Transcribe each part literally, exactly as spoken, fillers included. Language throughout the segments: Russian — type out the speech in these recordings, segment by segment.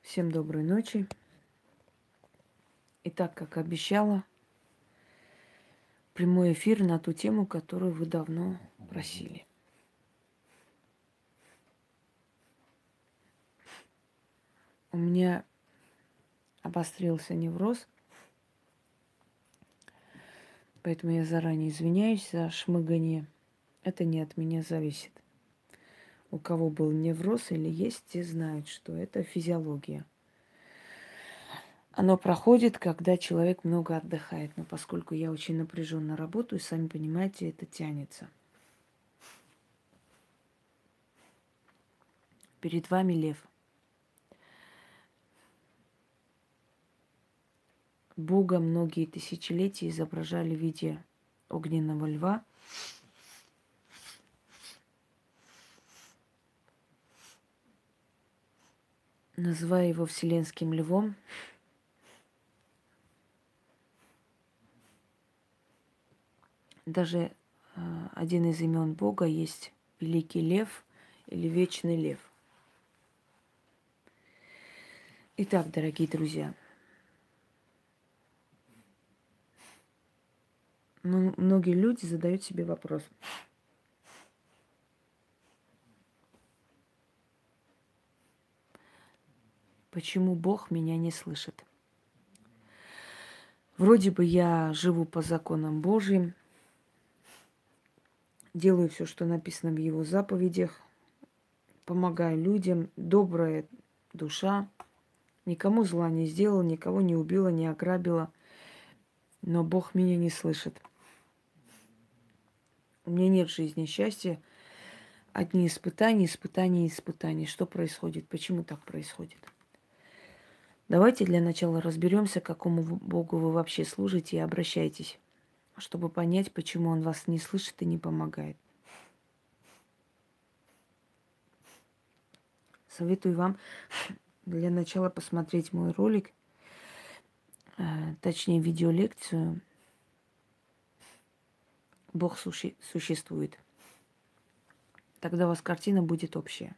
Всем доброй ночи. И так, как обещала, прямой эфир на ту тему, которую вы давно просили. У меня обострился невроз, поэтому я заранее извиняюсь за шмыганье. Это не от меня зависит. У кого был невроз или есть, те знают, что это физиология. Оно проходит, когда человек много отдыхает. Но поскольку я очень напряженно работаю, сами понимаете, это тянется. Перед вами лев. Бога многие тысячелетия изображали в виде огненного льва. Называя его вселенским львом. Даже э, один из имен Бога есть Великий Лев или Вечный Лев. Итак, дорогие друзья, ну, многие люди задают себе вопрос. Почему Бог меня не слышит? Вроде бы я живу по законам Божьим, делаю все, что написано в Его заповедях, помогаю людям, добрая душа, никому зла не сделала, никого не убила, не ограбила, но Бог меня не слышит. У меня нет в жизни счастья, одни испытания, испытания, испытания. Что происходит? Почему так происходит? Давайте для начала разберемся, какому Богу вы вообще служите и обращаетесь, чтобы понять, почему Он вас не слышит и не помогает. Советую вам для начала посмотреть мой ролик, э, точнее видеолекцию «Бог суще- существует». Тогда у вас картина будет общая.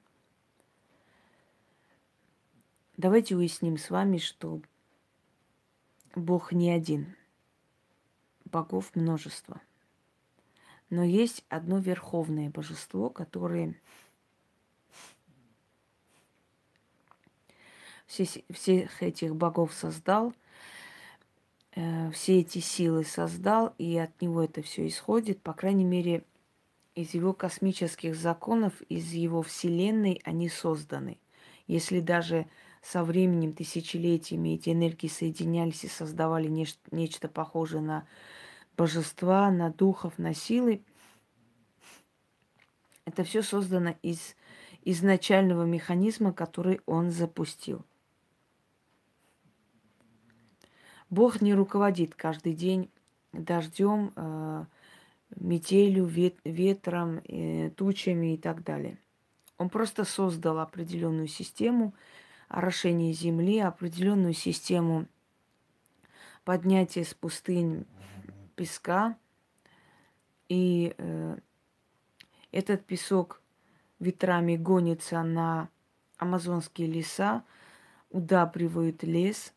Давайте уясним с вами, что Бог не один. Богов множество. Но есть одно верховное божество, которое все, всех этих богов создал, э, все эти силы создал, и от него это все исходит, по крайней мере, из его космических законов, из его вселенной они созданы. Если даже со временем, тысячелетиями эти энергии соединялись и создавали нечто, нечто похожее на божества, на духов, на силы, это все создано из изначального механизма, который он запустил. Бог не руководит каждый день дождем, э, метелью, вет, ветром, э, тучами и так далее. Он просто создал определенную систему орошения земли, определенную систему поднятия с пустынь песка. И э, этот песок ветрами гонится на амазонские леса, удабривает лес.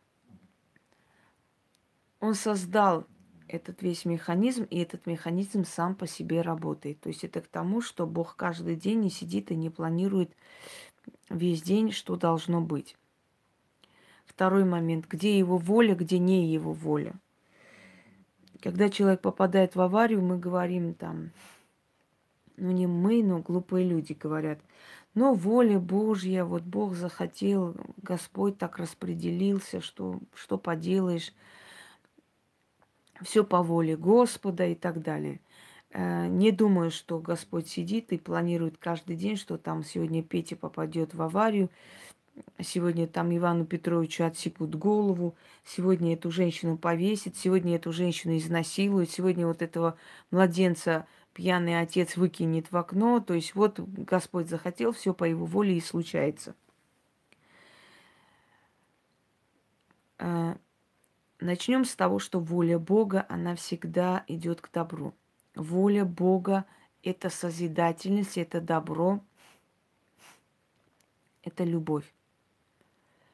Он создал этот весь механизм, и этот механизм сам по себе работает. То есть это к тому, что Бог каждый день не сидит и не планирует весь день, что должно быть. Второй момент. Где его воля, где не его воля. Когда человек попадает в аварию, мы говорим там, ну не мы, но глупые люди говорят, но воля Божья, вот Бог захотел, Господь так распределился, что, что поделаешь, все по воле Господа и так далее. Э, Не думаю, что Господь сидит и планирует каждый день, что там сегодня Петя попадет в аварию, сегодня там Ивану Петровичу отсекут голову, сегодня эту женщину повесит, сегодня эту женщину изнасилуют, сегодня вот этого младенца пьяный отец выкинет в окно. То есть вот Господь захотел, все по его воле и случается. Начнем с того, что воля Бога, она всегда идет к добру. Воля Бога – это созидательность, это добро, это любовь.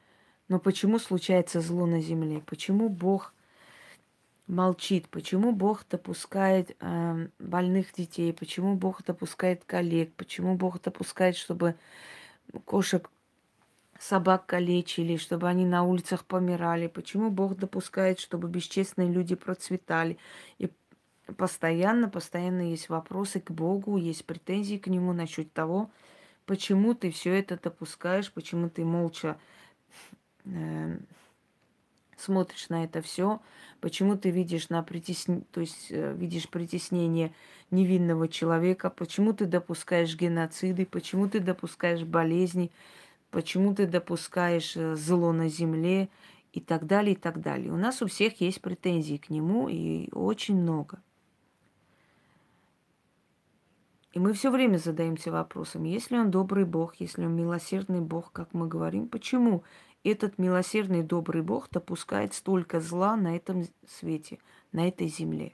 Но почему случается зло на земле? Почему Бог молчит? Почему Бог допускает э, больных детей? Почему Бог допускает коллег? Почему Бог допускает, чтобы кошек, собак калечили, чтобы они на улицах помирали? Почему Бог допускает, чтобы бесчестные люди процветали? И постоянно, постоянно есть вопросы к Богу, есть претензии к Нему насчет того, почему ты все это допускаешь, почему ты молча э, смотришь на это все, почему ты видишь на притесн... то есть э, видишь притеснение невинного человека, почему ты допускаешь геноциды, почему ты допускаешь болезни, почему ты допускаешь э, зло на земле и так далее, и так далее. У нас у всех есть претензии к нему, и очень много. И мы все время задаемся вопросом, если он добрый Бог, если он милосердный Бог, как мы говорим, почему этот милосердный добрый Бог допускает столько зла на этом свете, на этой земле?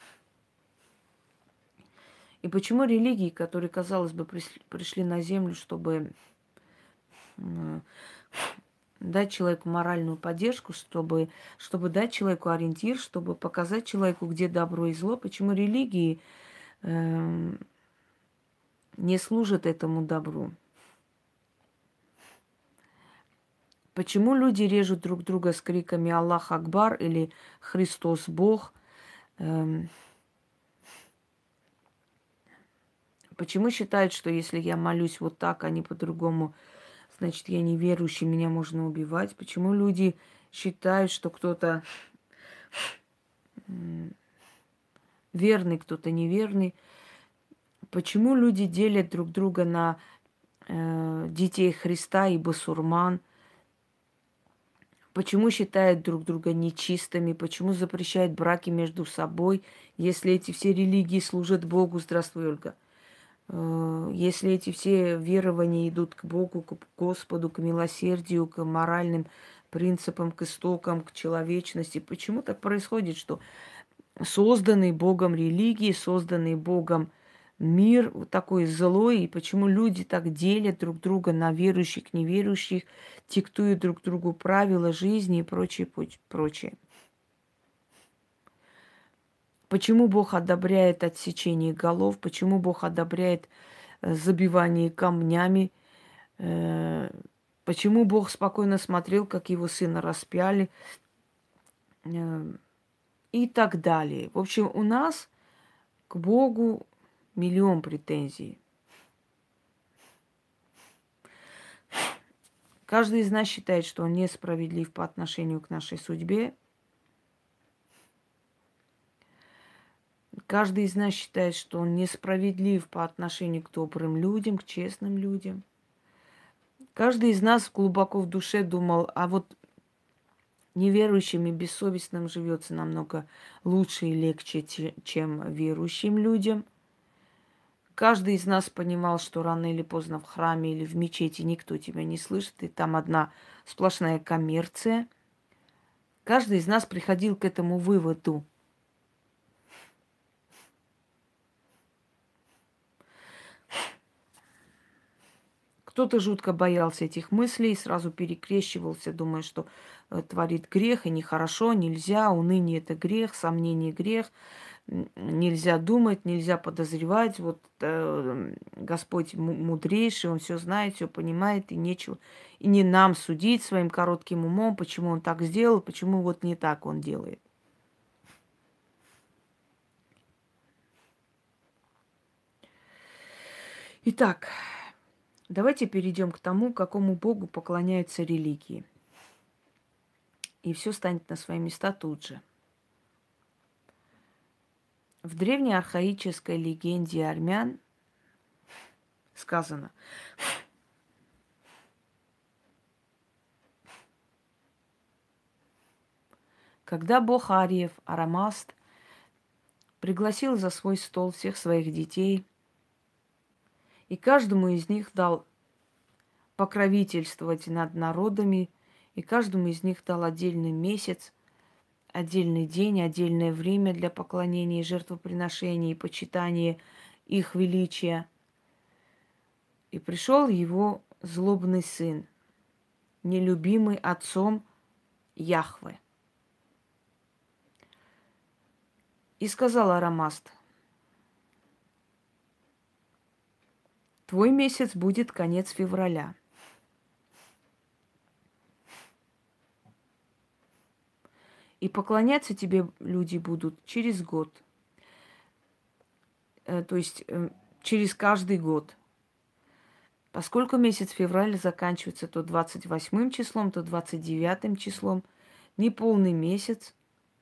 И почему религии, которые, казалось бы, прис- пришли на землю, чтобы м, дать человеку моральную поддержку, чтобы, чтобы дать человеку ориентир, чтобы показать человеку, где добро и зло, почему религии эм, не служат этому добру? Почему люди режут друг друга с криками «Аллах Акбар» или «Христос Бог»? Эм, Почему считают, что если я молюсь вот так, а не по-другому, значит, я неверующий, меня можно убивать? Почему люди считают, что кто-то м, верный, кто-то неверный? Почему люди делят друг друга на э, детей Христа и басурман? Почему считают друг друга нечистыми? Почему запрещают браки между собой, если эти все религии служат Богу? Здравствуй, Ольга. Э, Если эти все верования идут к Богу, к Господу, к милосердию, к моральным принципам, к истокам, к человечности, почему так происходит, что созданный Богом религии, созданный Богом мир вот такой злой, и почему люди так делят друг друга на верующих, неверующих, диктуют друг другу правила жизни и прочее, поч- прочее. Почему Бог одобряет отсечение голов, почему Бог одобряет э, забивание камнями, э, почему Бог спокойно смотрел, как его сына распяли э, и так далее. В общем, у нас к Богу миллион претензий. Каждый из нас считает, что он несправедлив по отношению к нашей судьбе. Каждый из нас считает, что он несправедлив по отношению к добрым людям, к честным людям. Каждый из нас глубоко в душе думал, а вот неверующим и бессовестным живется намного лучше и легче, те- чем верующим людям. Каждый из нас понимал, что рано или поздно в храме или в мечети никто тебя не слышит, и там одна сплошная коммерция. Каждый из нас приходил к этому выводу. Кто-то жутко боялся этих мыслей, сразу перекрещивался, думая, что э, творит грех, и нехорошо, нельзя, уныние – это грех, сомнение – грех, н- нельзя думать, нельзя подозревать. Вот э, Господь му- мудрейший, Он все знает, все понимает, и нечего. И не нам судить своим коротким умом, почему Он так сделал, почему вот не так Он делает. Итак, давайте перейдем к тому, какому Богу поклоняются религии. И все станет на свои места тут же. В древней архаической легенде армян сказано, когда бог Ариев, Арамаст, пригласил за свой стол всех своих детей, и каждому из них дал покровительствовать над народами, и каждому из них дал отдельный месяц, отдельный день, отдельное время для поклонения и жертвоприношения и почитания их величия. И пришел его злобный сын, нелюбимый отцом Яхве. И сказал Арамаст: твой месяц будет конец февраля. И поклоняться тебе люди будут через год. Э, то есть э, через каждый год. Поскольку месяц февраль заканчивается то двадцать восьмым числом, то двадцать девятым числом, неполный месяц.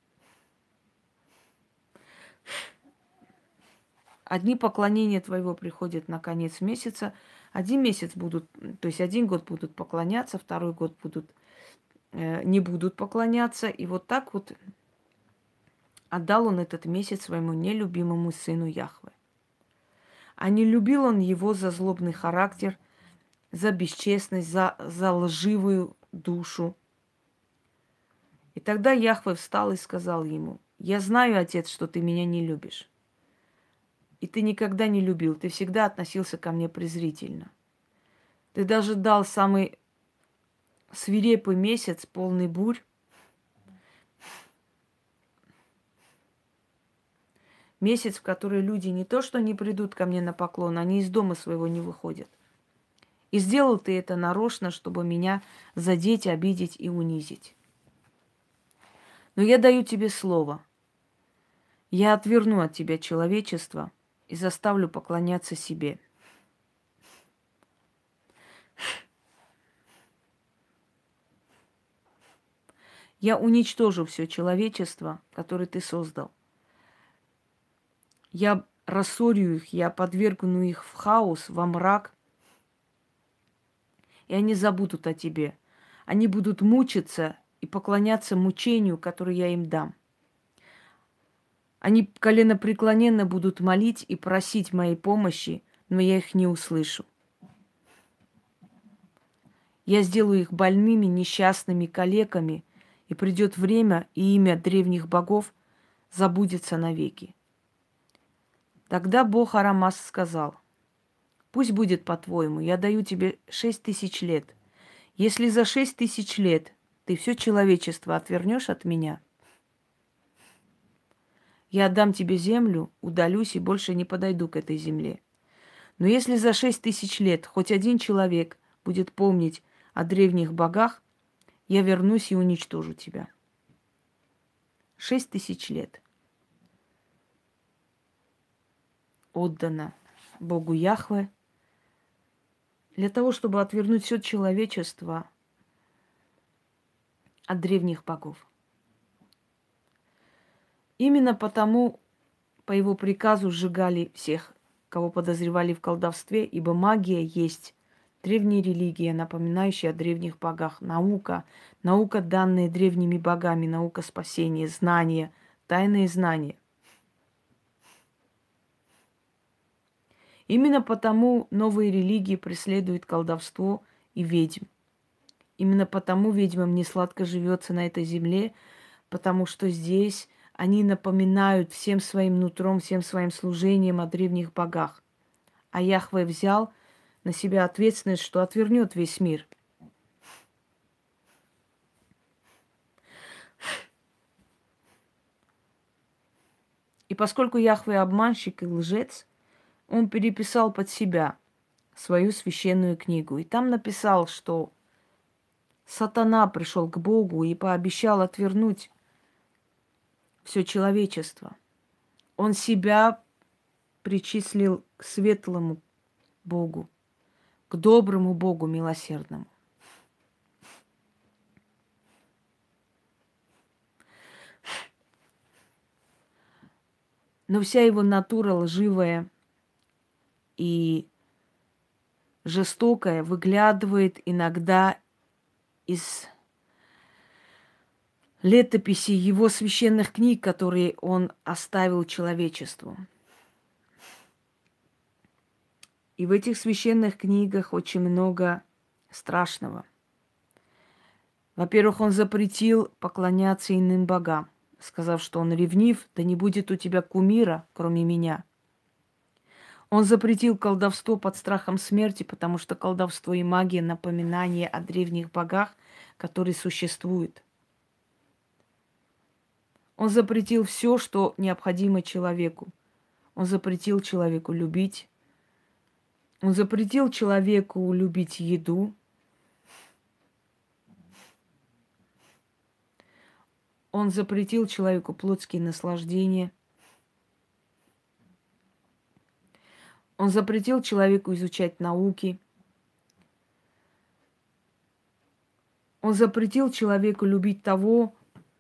Одни поклонения твоего приходят на конец месяца, один месяц будут, то есть один год будут поклоняться, второй год будут, э, не будут поклоняться. И вот так вот отдал он этот месяц своему нелюбимому сыну Яхве. А не любил он его за злобный характер, за бесчестность, за, за лживую душу. И тогда Яхве встал и сказал ему: я знаю, отец, что ты меня не любишь. И ты никогда не любил, ты всегда относился ко мне презрительно. Ты даже дал самый свирепый месяц, полный бурь. Месяц, в который люди не то что не придут ко мне на поклон, они из дома своего не выходят. И сделал ты это нарочно, чтобы меня задеть, обидеть и унизить. Но я даю тебе слово. Я отверну от тебя человечество и заставлю поклоняться себе. Я уничтожу все человечество, которое ты создал. Я рассорю их, я подвергну их в хаос, во мрак, и они забудут о тебе. Они будут мучиться и поклоняться мучению, которое я им дам. Они коленопреклоненно будут молить и просить моей помощи, но я их не услышу. Я сделаю их больными, несчастными, калеками, и придет время, и имя древних богов забудется навеки. Тогда бог Арамас сказал: пусть будет по-твоему, я даю тебе шесть тысяч лет. Если за шесть тысяч лет ты все человечество отвернешь от меня, я отдам тебе землю, удалюсь и больше не подойду к этой земле. Но если за шесть тысяч лет хоть один человек будет помнить о древних богах, я вернусь и уничтожу тебя. Шесть тысяч лет отдано Богу Яхве для того, чтобы отвернуть все человечество от древних богов. Именно потому по его приказу сжигали всех, кого подозревали в колдовстве, ибо магия есть древняя религия, напоминающая о древних богах. Наука, наука, данная древними богами, наука спасения, знания, тайные знания. Именно потому новые религии преследуют колдовство и ведьм. Именно потому ведьмам не сладко живется на этой земле, потому что здесь они напоминают всем своим нутром, всем своим служением о древних богах. А Яхве взял на себя ответственность, что отвернет весь мир. И поскольку Яхве обманщик и лжец, он переписал под себя свою священную книгу. И там написал, что сатана пришел к Богу и пообещал отвернуть все человечество. Он себя причислил к светлому Богу, к доброму Богу милосердному. Но вся его натура лживая и жестокая выглядывает иногда из летописи его священных книг, которые он оставил человечеству. И в этих священных книгах очень много страшного. Во-первых, он запретил поклоняться иным богам, сказав, что он ревнив, да не будет у тебя кумира, кроме меня. Он запретил колдовство под страхом смерти, потому что колдовство и магия – напоминание о древних богах, которые существуют. Он запретил все, что необходимо человеку. Он запретил человеку любить. Он запретил человеку любить еду. Он запретил человеку плотские наслаждения. Он запретил человеку изучать науки. Он запретил человеку любить того,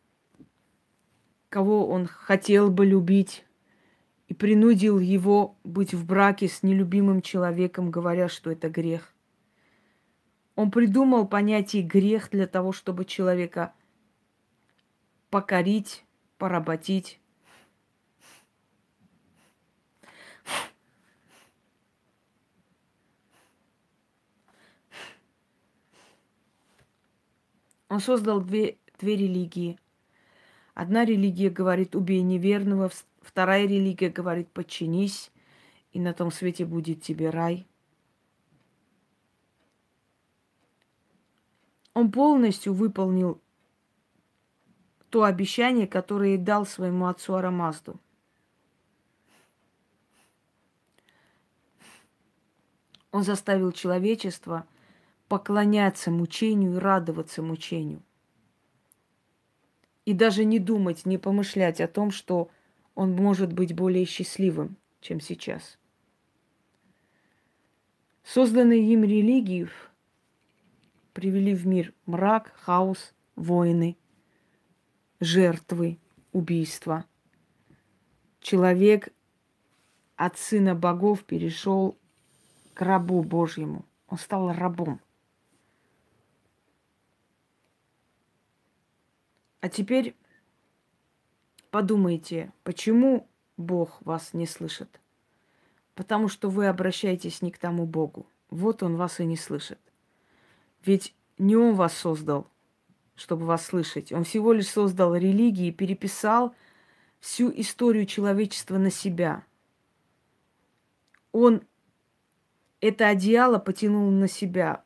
кого он хотел бы любить, и принудил его быть в браке с нелюбимым человеком, говоря, что это грех. Он придумал понятие грех для того, чтобы человека покорить, поработить. Он создал две, две религии. Одна религия говорит «убей неверного», вторая религия говорит «подчинись, и на том свете будет тебе рай». Он полностью выполнил то обещание, которое дал своему отцу Арамазду. Он заставил человечество поклоняться мучению и радоваться мучению. И даже не думать, не помышлять о том, что он может быть более счастливым, чем сейчас. Созданные им религии привели в мир мрак, хаос, войны, жертвы, убийства. Человек от сына богов перешел к рабу Божьему. Он стал рабом. А теперь подумайте, почему Бог вас не слышит? Потому что вы обращаетесь не к тому Богу. Вот Он вас и не слышит. Ведь не Он вас создал, чтобы вас слышать. Он всего лишь создал религии и переписал всю историю человечества на себя. Он это одеяло потянул на себя.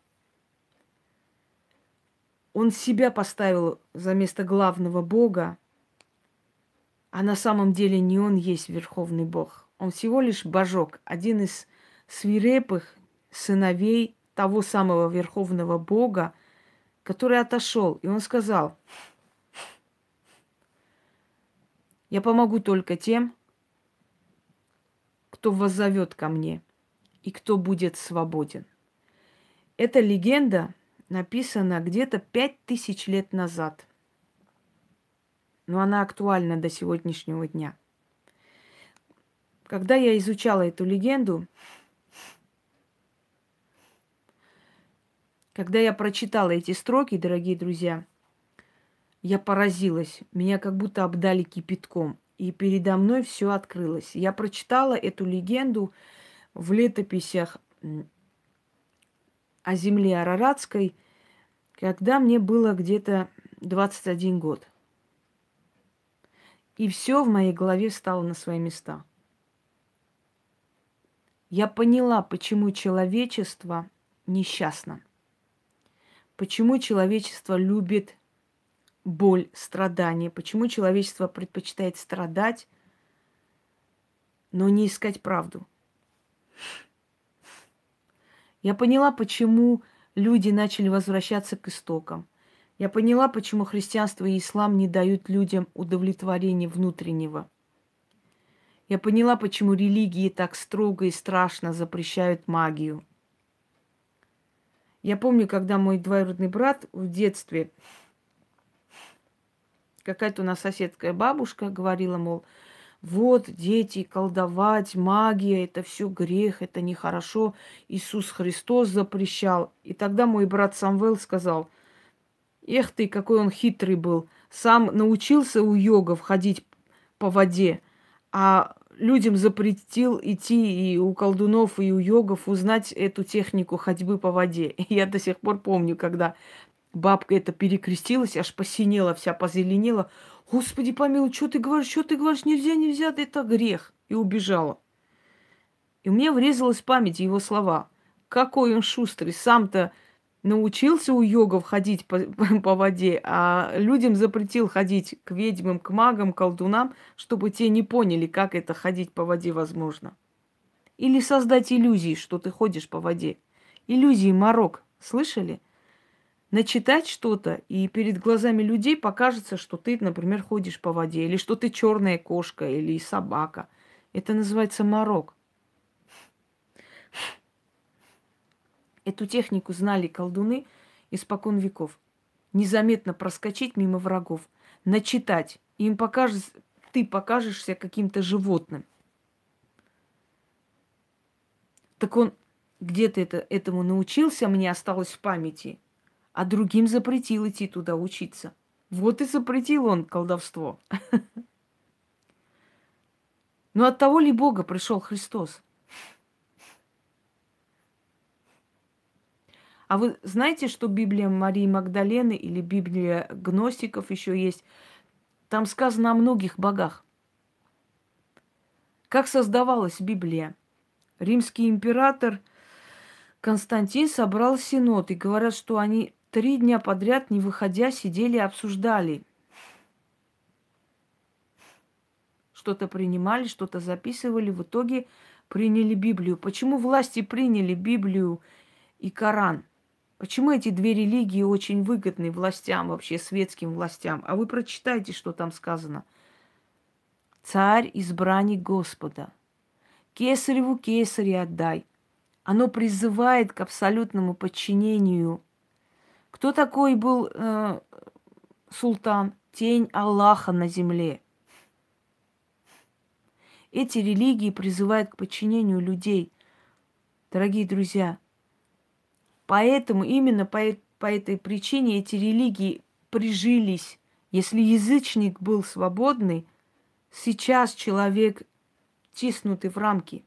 Он себя поставил за место главного Бога, а на самом деле не Он есть Верховный Бог. Он всего лишь божок, один из свирепых сыновей того самого Верховного Бога, который отошел. И он сказал: я помогу только тем, кто воззовет ко мне и кто будет свободен. Эта легенда написана где-то пять тысяч лет назад. Но она актуальна до сегодняшнего дня. Когда я изучала эту легенду, когда я прочитала эти строки, дорогие друзья, я поразилась. Меня как будто обдали кипятком. И передо мной все открылось. Я прочитала эту легенду в летописях о земле Араратской, когда мне было где-то двадцать один год. И все в моей голове стало на свои места. Я поняла, почему человечество несчастно. Почему человечество любит боль, страдания. Почему человечество предпочитает страдать, но не искать правду. Я поняла, почему люди начали возвращаться к истокам. Я поняла, почему христианство и ислам не дают людям удовлетворения внутреннего. Я поняла, почему религии так строго и страшно запрещают магию. Я помню, когда мой двоюродный брат в детстве, какая-то у нас соседская бабушка говорила, мол, вот, дети, колдовать, магия, это все грех, это нехорошо. Иисус Христос запрещал. И тогда мой брат Самвел сказал: эх ты, какой он хитрый был. Сам научился у йогов ходить по воде, а людям запретил идти и у колдунов, и у йогов узнать эту технику ходьбы по воде. И я до сих пор помню, когда бабка это перекрестилась, аж посинела, вся позеленела. Господи помилуй, что ты говоришь, что ты говоришь, нельзя, нельзя, это грех. И убежала. И мне врезалось в память его слова. Какой он шустрый, сам-то научился у йогов ходить по, по воде, а людям запретил ходить к ведьмам, к магам, колдунам, чтобы те не поняли, как это ходить по воде возможно. Или создать иллюзии, что ты ходишь по воде. Иллюзии морок. Слышали? Начитать что-то, и перед глазами людей покажется, что ты, например, ходишь по воде, или что ты черная кошка, или собака. Это называется морок. Эту технику знали колдуны испокон веков. Незаметно проскочить мимо врагов, начитать. И им покажется, ты покажешься каким-то животным. Так он где-то это, этому научился, мне осталось в памяти, а другим запретил идти туда учиться. Вот и запретил он колдовство. Но от того ли Бога пришел Христос? А вы знаете, что Библия Марии Магдалены или Библия гностиков еще есть? Там сказано о многих богах. Как создавалась Библия? Римский император Константин собрал синод, и говорят, что они три дня подряд, не выходя, сидели и обсуждали. Что-то принимали, что-то записывали, в итоге приняли Библию. Почему власти приняли Библию и Коран? Почему эти две религии очень выгодны властям, вообще светским властям? А вы прочитайте, что там сказано. Царь избранник Господа. Кесареву кесаря отдай. Оно призывает к абсолютному подчинению. Кто такой был э, султан? Тень Аллаха на земле. Эти религии призывают к подчинению людей. Дорогие друзья, поэтому, именно по, по этой причине эти религии прижились. Если язычник был свободный, сейчас человек тиснутый в рамки.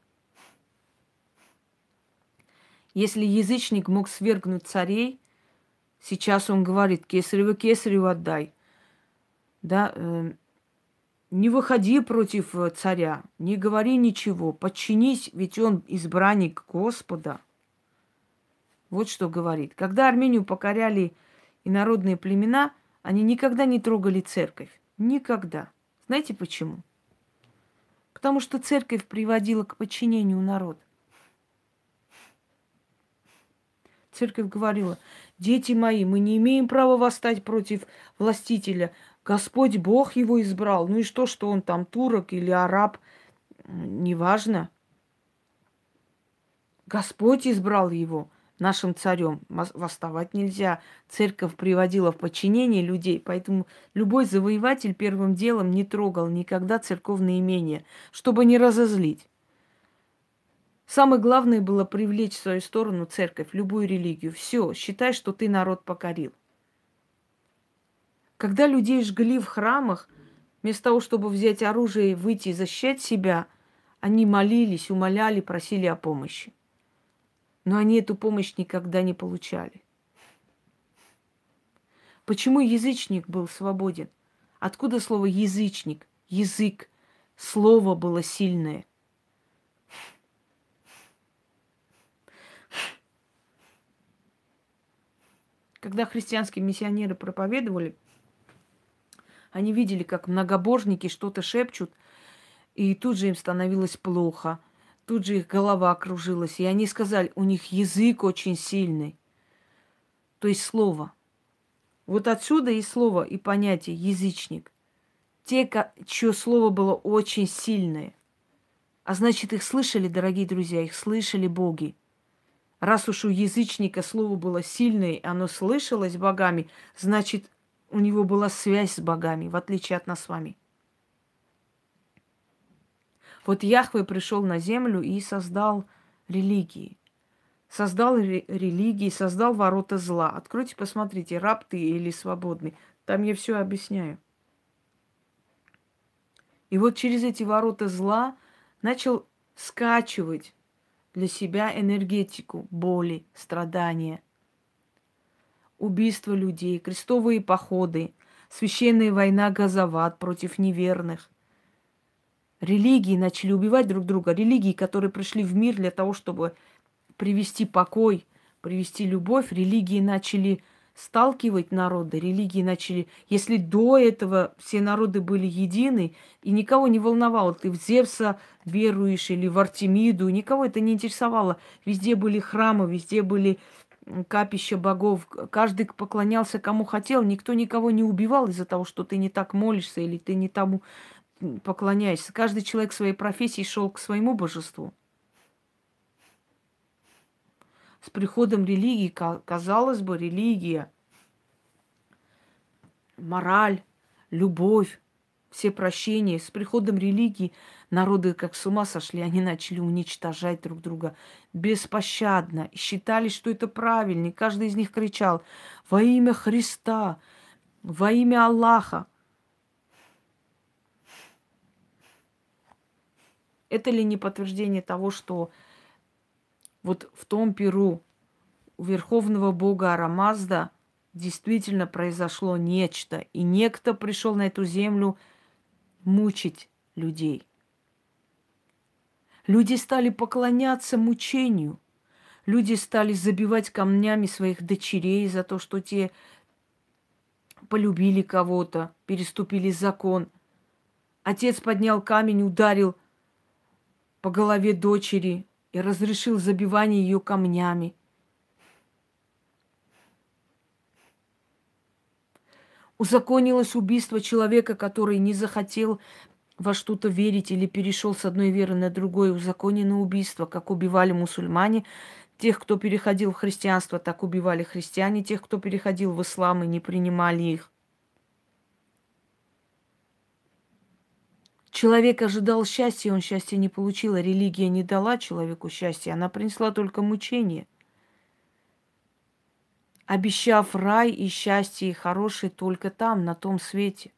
Если язычник мог свергнуть царей, сейчас он говорит, кесарево кесареву отдай. Да, э, не выходи против царя, не говори ничего, подчинись, ведь он избранник Господа. Вот что говорит. Когда Армению покоряли инородные племена, они никогда не трогали церковь. Никогда. Знаете почему? Потому что церковь приводила к подчинению народа. Церковь говорила, дети мои, мы не имеем права восстать против властителя. Господь Бог его избрал. Ну и что, что он там турок или араб, неважно. Господь избрал его нашим царем. Восставать нельзя. Церковь приводила в подчинение людей, поэтому любой завоеватель первым делом не трогал никогда церковные имения, чтобы не разозлить. Самое главное было привлечь в свою сторону церковь, любую религию. Все, считай, что ты народ покорил. Когда людей жгли в храмах, вместо того, чтобы взять оружие и выйти и защищать себя, они молились, умоляли, просили о помощи. Но они эту помощь никогда не получали. Почему язычник был свободен? Откуда слово язычник? Язык. Слово было сильное. Когда христианские миссионеры проповедовали, они видели, как многобожники что-то шепчут, и тут же им становилось плохо, тут же их голова окружилась, и они сказали, у них язык очень сильный, то есть слово. Вот отсюда и слово, и понятие язычник. Те, чье слово было очень сильное. А значит, их слышали, дорогие друзья, их слышали боги. Раз уж у язычника слово было сильное, и оно слышалось богами, значит, у него была связь с богами, в отличие от нас с вами. Вот Яхве пришел на землю и создал религии. Создал ре- религии, создал ворота зла. Откройте, посмотрите, раб ты или свободный. Там я все объясняю. И вот через эти ворота зла начал скачивать для себя энергетику боли, страдания, убийства людей, крестовые походы, священная война Газават против неверных. Религии начали убивать друг друга. Религии, которые пришли в мир для того, чтобы привести покой, привести любовь. Религии начали сталкивать народы. Религии начали... Если до этого все народы были едины, и никого не волновало, ты в Зевса веруешь или в Артемиду, никого это не интересовало. Везде были храмы, везде были м, капища богов. Каждый поклонялся кому хотел. Никто никого не убивал из-за того, что ты не так молишься или ты не тому поклоняешься. Каждый человек своей профессии шел к своему божеству. С приходом религии, казалось бы, религия, мораль, любовь, все прощения. С приходом религии народы как с ума сошли, они начали уничтожать друг друга беспощадно. И считали, что это правильно. И каждый из них кричал: во имя Христа, во имя Аллаха. Это ли не подтверждение того, что вот в том Перу у верховного бога Арамазда действительно произошло нечто, и некто пришел на эту землю мучить людей. Люди стали поклоняться мучению. Люди стали забивать камнями своих дочерей за то, что те полюбили кого-то, переступили закон. Отец поднял камень, ударил по голове дочери и разрешил забивание ее камнями. Узаконилось убийство человека, который не захотел во что-то верить или перешел с одной веры на другое. Узаконено убийство, как убивали мусульмане. Тех, кто переходил в христианство, так убивали христиане. Тех, кто переходил в ислам и не принимали их. Человек ожидал счастья, он счастья не получил. А религия не дала человеку счастья, она принесла только мучение, обещав рай и счастье, и хорошее только там, на том свете.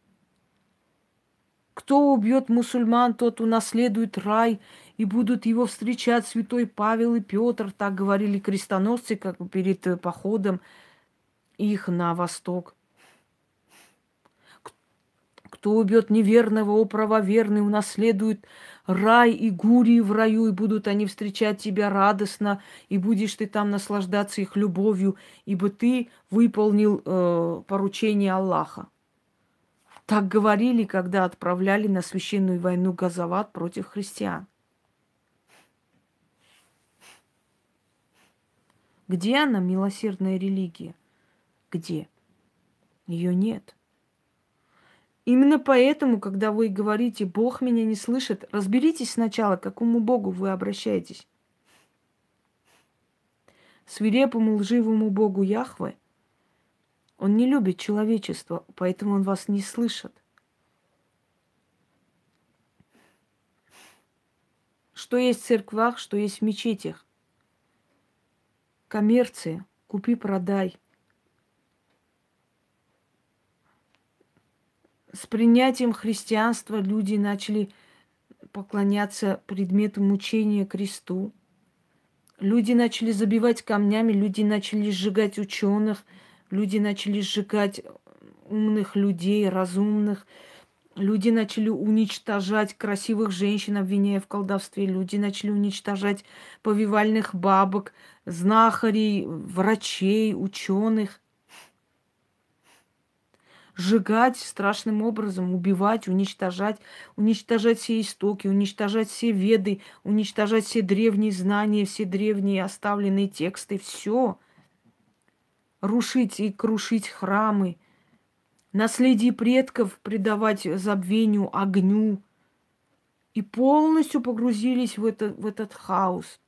Кто убьет мусульман, тот унаследует рай, и будут его встречать святой Павел и Петр, так говорили крестоносцы, как перед походом их на восток. Кто убьет неверного, о правоверный, унаследует рай и гурии в раю, и будут они встречать тебя радостно, и будешь ты там наслаждаться их любовью, ибо ты выполнил э, поручение Аллаха. Так говорили, когда отправляли на священную войну Газават против христиан. Где она, милосердная религия? Где? Ее нет. Именно поэтому, когда вы говорите: Бог меня не слышит, разберитесь сначала, к какому Богу вы обращаетесь. Свирепому лживому Богу Яхве. Он не любит человечество, поэтому он вас не слышит. Что есть в церквах, что есть в мечетях? Коммерция. Купи-продай. С принятием христианства люди начали поклоняться предмету мучения кресту. Люди начали забивать камнями, люди начали сжигать ученых, люди начали сжигать умных людей, разумных. Люди начали уничтожать красивых женщин, обвиняя в колдовстве. Люди начали уничтожать повивальных бабок, знахарей, врачей, ученых. Сжигать страшным образом, убивать, уничтожать, уничтожать все истоки, уничтожать все веды, уничтожать все древние знания, все древние оставленные тексты, все. Рушить и крушить храмы, наследие предков предавать забвению, огню. И полностью погрузились в, это, в этот хаос.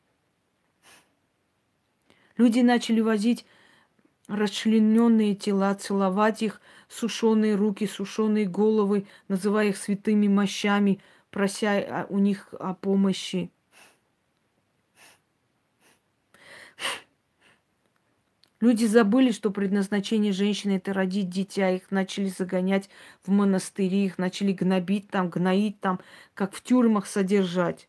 Люди начали возить расчлененные тела, целовать их, сушеные руки, сушеные головы, называя их святыми мощами, прося у них о помощи. Люди забыли, что предназначение женщины — это родить дитя. Их начали загонять в монастыри, их начали гнобить там, гноить там, как в тюрьмах содержать.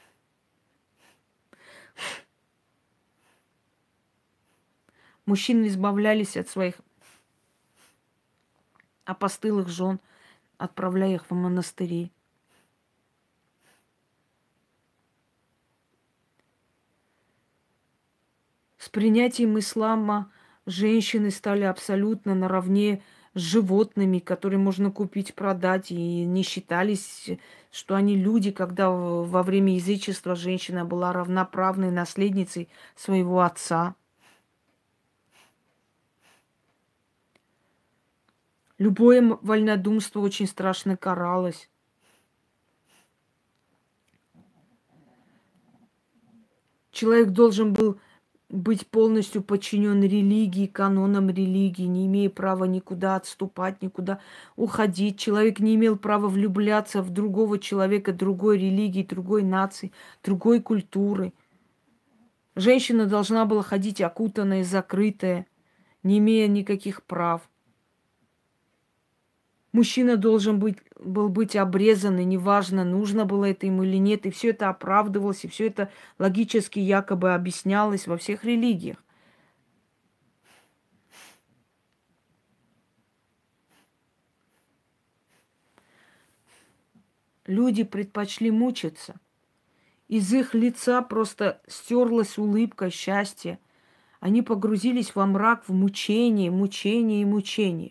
Мужчины избавлялись от своих опостылых жен, отправляя их в монастыри. С принятием ислама женщины стали абсолютно наравне с животными, которые можно купить, продать, и не считались, что они люди, когда в- во время язычества женщина была равноправной наследницей своего отца. Любое м- вольнодумство очень страшно каралось. Человек должен был быть полностью подчинен религии, канонам религии, не имея права никуда отступать, никуда уходить. Человек не имел права влюбляться в другого человека, другой религии, другой нации, другой культуры. Женщина должна была ходить окутанная, закрытая, не имея никаких прав. Мужчина должен быть, был быть обрезан, и неважно, нужно было это ему или нет. И все это оправдывалось, и все это логически якобы объяснялось во всех религиях. Люди предпочли мучиться. Из их лица просто стерлась улыбка счастья. Они погрузились во мрак, в мучение, мучение и мучение.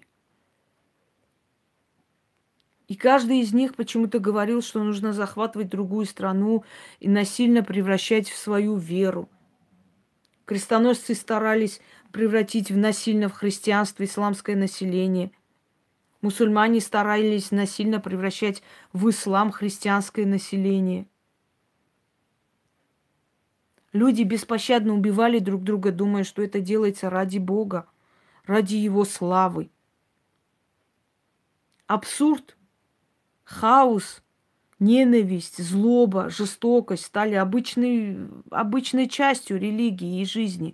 И каждый из них почему-то говорил, что нужно захватывать другую страну и насильно превращать в свою веру. Крестоносцы старались превратить в насильно в христианство исламское население. Мусульмане старались насильно превращать в ислам христианское население. Люди беспощадно убивали друг друга, думая, что это делается ради Бога, ради Его славы. Абсурд, хаос, ненависть, злоба, жестокость стали обычной, обычной частью религии и жизни.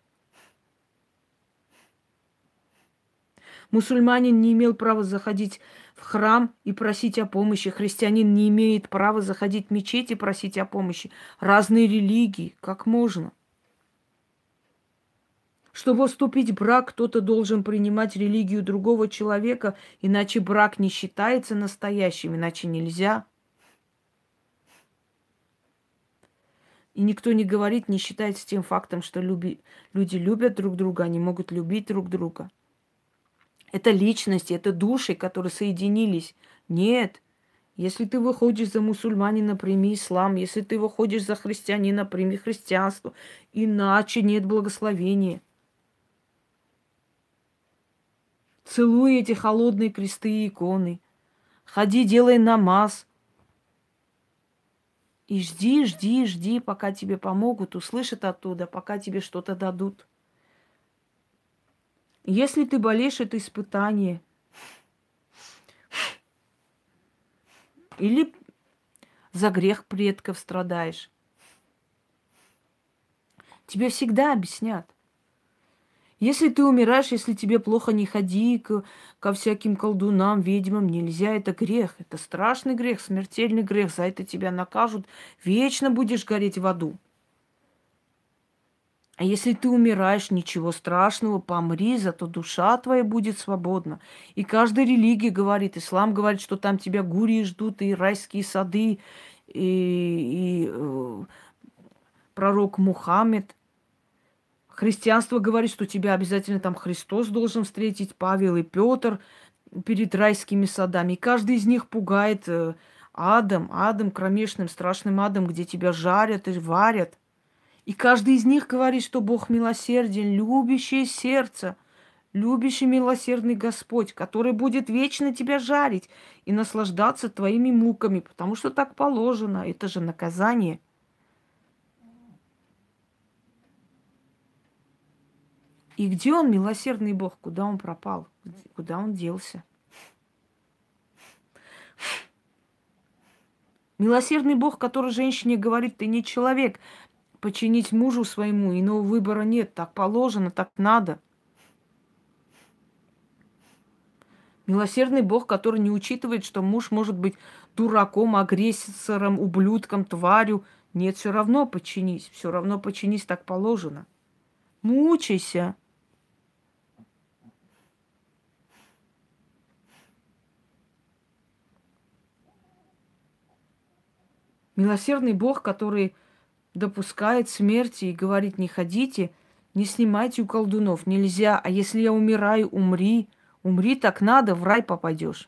Мусульманин не имел права заходить в храм и просить о помощи. Христианин не имеет права заходить в мечеть и просить о помощи. Разные религии. Как можно? Чтобы вступить в брак, кто-то должен принимать религию другого человека, иначе брак не считается настоящим, иначе нельзя. И никто не говорит, не считается тем фактом, что люби... люди любят друг друга, они могут любить друг друга. Это личности, это души, которые соединились. Нет. Если ты выходишь за мусульманина, прими ислам. Если ты выходишь за христианина, прими христианство. Иначе нет благословения. Целуй эти холодные кресты и иконы. Ходи, делай намаз. И жди, жди, жди, пока тебе помогут, услышат оттуда, пока тебе что-то дадут. Если ты болеешь, это испытание. Или за грех предков страдаешь. Тебе всегда объяснят. Если ты умираешь, если тебе плохо, не ходи к, ко всяким колдунам, ведьмам. Нельзя, это грех. Это страшный грех, смертельный грех. За это тебя накажут. Вечно будешь гореть в аду. А если ты умираешь, ничего страшного, помри, зато душа твоя будет свободна. И каждая религия говорит, ислам говорит, что там тебя гурии ждут, и райские сады, и, и э, пророк Мухаммед. Христианство говорит, что тебя обязательно там Христос должен встретить, Павел и Петр перед райскими садами. И каждый из них пугает э, адом, адом, кромешным, страшным адом, где тебя жарят и варят. И каждый из них говорит, что Бог милосерден, любящее сердце, любящий милосердный Господь, который будет вечно тебя жарить и наслаждаться твоими муками, потому что так положено, это же наказание. И где он, милосердный Бог? Куда он пропал? Куда он делся? Милосердный Бог, который женщине говорит, ты не человек, подчинить мужу своему, иного выбора нет, так положено, так надо. Милосердный Бог, который не учитывает, что муж может быть дураком, агрессором, ублюдком, тварью. Нет, все равно подчинись, все равно подчинись, так положено. Мучайся. Милосердный Бог, который допускает смерти и говорит, не ходите, Не снимайте у колдунов, нельзя. А если я умираю, умри. Умри так надо, в рай попадешь.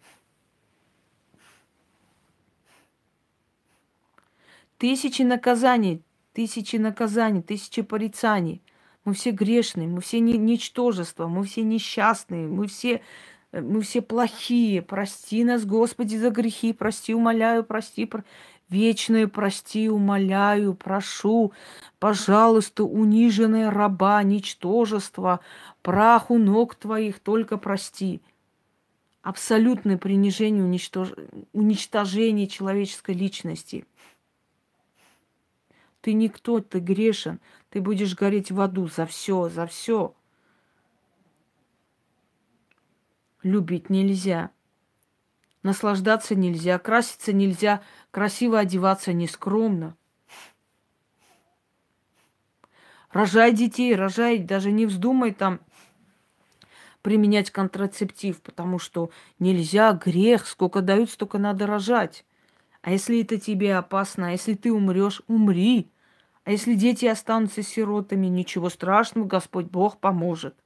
Тысячи наказаний, тысячи наказаний, тысячи порицаний. Мы все грешные, мы все ни- ничтожества, мы все несчастные, мы все, э, мы все плохие. Прости нас, Господи, за грехи, прости, умоляю, прости, про... вечное прости, умоляю, прошу, пожалуйста, униженная раба, ничтожество, прах у ног твоих, только прости. Абсолютное принижение, уничтож... уничтожение человеческой личности. Ты никто, ты грешен. Ты будешь гореть в аду за все, за все. Любить нельзя. Наслаждаться нельзя. Краситься нельзя. Красиво одеваться нескромно. Рожай детей, рожай. Даже не вздумай там применять контрацептив, потому что нельзя, грех. Сколько дают, столько надо рожать. А если это тебе опасно, а если ты умрешь, умри. А если дети останутся сиротами, ничего страшного, Господь Бог поможет.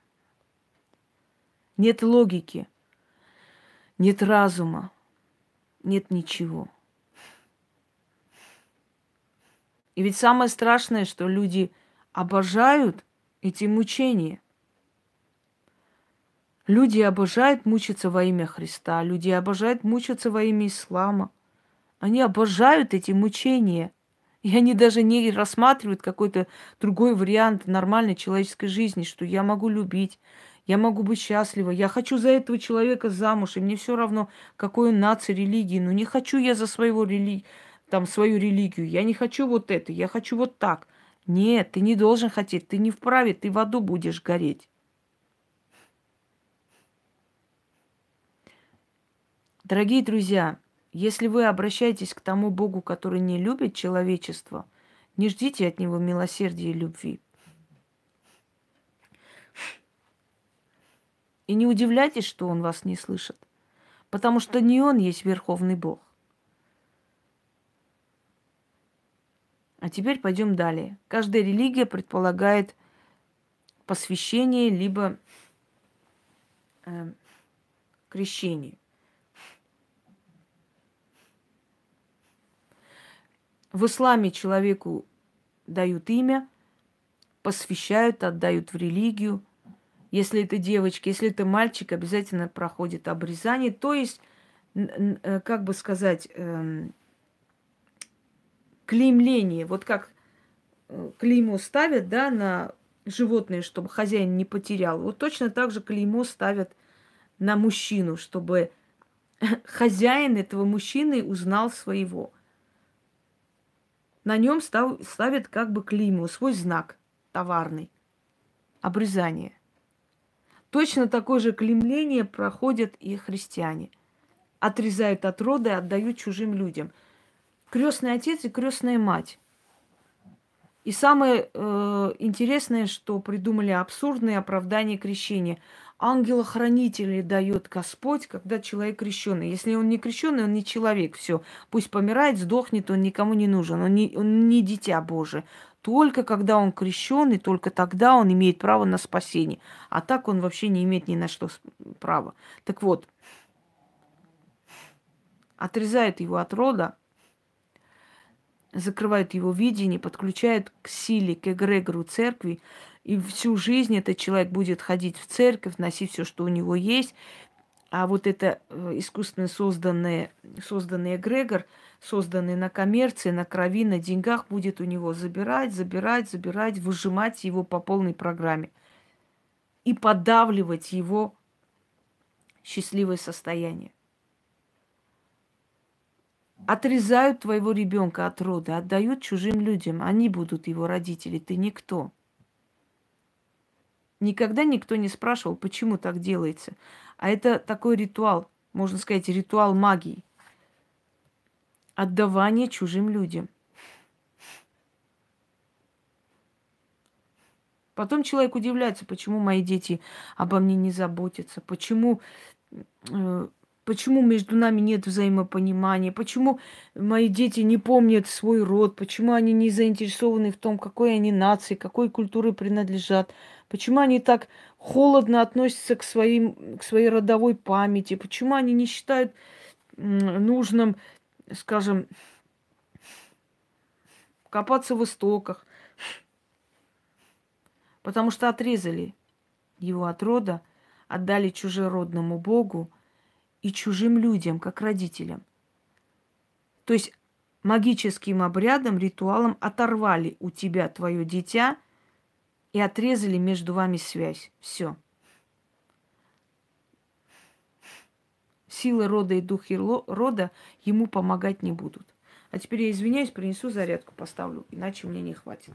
Нет логики, нет разума, нет ничего. И ведь самое страшное, что люди обожают эти мучения. Люди обожают мучиться во имя Христа, люди обожают мучиться во имя ислама. Они обожают эти мучения. И они даже не рассматривают какой-то другой вариант нормальной человеческой жизни, что я могу любить, я могу быть счастлива, я хочу за этого человека замуж, и мне все равно, какой он нации, религии, но не хочу я за своего рели... там, свою религию, я не хочу вот это, я хочу вот так. Нет, ты не должен хотеть, ты не вправе, ты в аду будешь гореть. Дорогие друзья, если вы обращаетесь к тому Богу, который не любит человечество, не ждите от него милосердия и любви. И не удивляйтесь, что он вас не слышит, потому что не он есть Верховный Бог. А теперь пойдем далее. Каждая религия предполагает посвящение либо э, крещение. В исламе человеку дают имя, посвящают, отдают в религию. Если это девочка, если это мальчик, обязательно проходит обрезание. То есть, как бы сказать, эм, клеймление. Вот как клеймо ставят, да, на животное, чтобы хозяин не потерял. Вот точно так же клеймо ставят на мужчину, чтобы хозяин этого мужчины узнал своего. На нем став, ставят как бы клеймо, свой знак товарный. Обрезание. Точно такое же клеймление проходят и христиане. Отрезают от рода и отдают чужим людям. Крестный отец и крестная мать. И самое э, интересное, что придумали абсурдные оправдания крещения. Ангела-хранителя дает Господь, когда человек крещенный. Если он не крещенный, он не человек. Все, пусть помирает, сдохнет, он никому не нужен. Он не, он не дитя Божие. Только когда он крещенный, только тогда он имеет право на спасение. А так он вообще не имеет ни на что права. Так вот, отрезают его от рода, закрывают его видение, подключают к силе, к эгрегору церкви, и всю жизнь этот человек будет ходить в церковь, носить все, что у него есть, а вот это искусственно созданный, созданный эгрегор, созданный на коммерции, на крови, на деньгах, будет у него забирать, забирать, забирать, выжимать его по полной программе и подавливать его счастливое состояние. Отрезают твоего ребенка от рода, отдают чужим людям. Они будут его родители, ты никто. Никогда никто не спрашивал, почему так делается. А это такой ритуал, можно сказать, ритуал магии. Отдавание чужим людям. Потом человек удивляется, почему мои дети обо мне не заботятся, почему э, Почему между нами нет взаимопонимания? Почему мои дети не помнят свой род? Почему они не заинтересованы в том, какой они нации, какой культуре принадлежат? Почему они так холодно относятся к, своим, к своей родовой памяти? Почему они не считают м, нужным, скажем, копаться в истоках? Потому что отрезали его от рода, отдали чужеродному богу и чужим людям, как родителям. То есть магическим обрядом, ритуалом оторвали у тебя твое дитя и отрезали между вами связь. Все. Силы рода и духи рода ему помогать не будут. А теперь я извиняюсь, принесу зарядку, поставлю, иначе мне не хватит.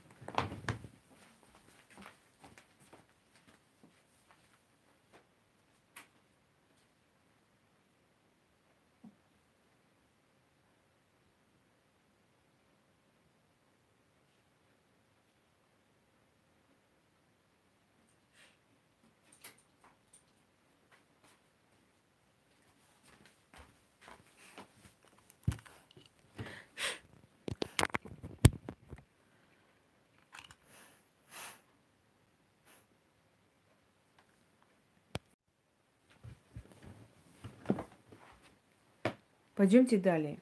Пойдемте далее.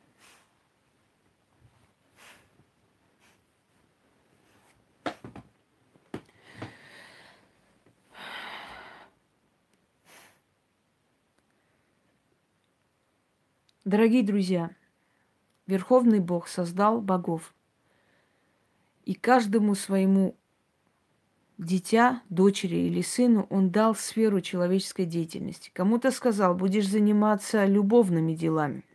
Дорогие друзья, Верховный Бог создал богов. И каждому своему дитя, дочери или сыну он дал сферу человеческой деятельности. Кому-то сказал, будешь заниматься любовными делами.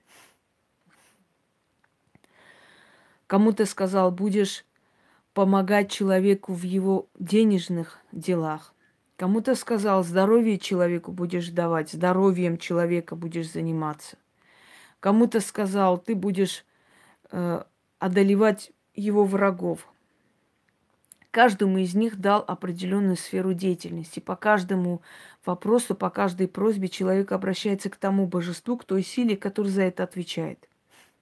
Кому-то сказал, будешь помогать человеку в его денежных делах. Кому-то сказал, здоровье человеку будешь давать, здоровьем человека будешь заниматься. Кому-то сказал, ты будешь э, одолевать его врагов. Каждому из них дал определенную сферу деятельности. По каждому вопросу, по каждой просьбе человек обращается к тому божеству, к той силе, которая за это отвечает.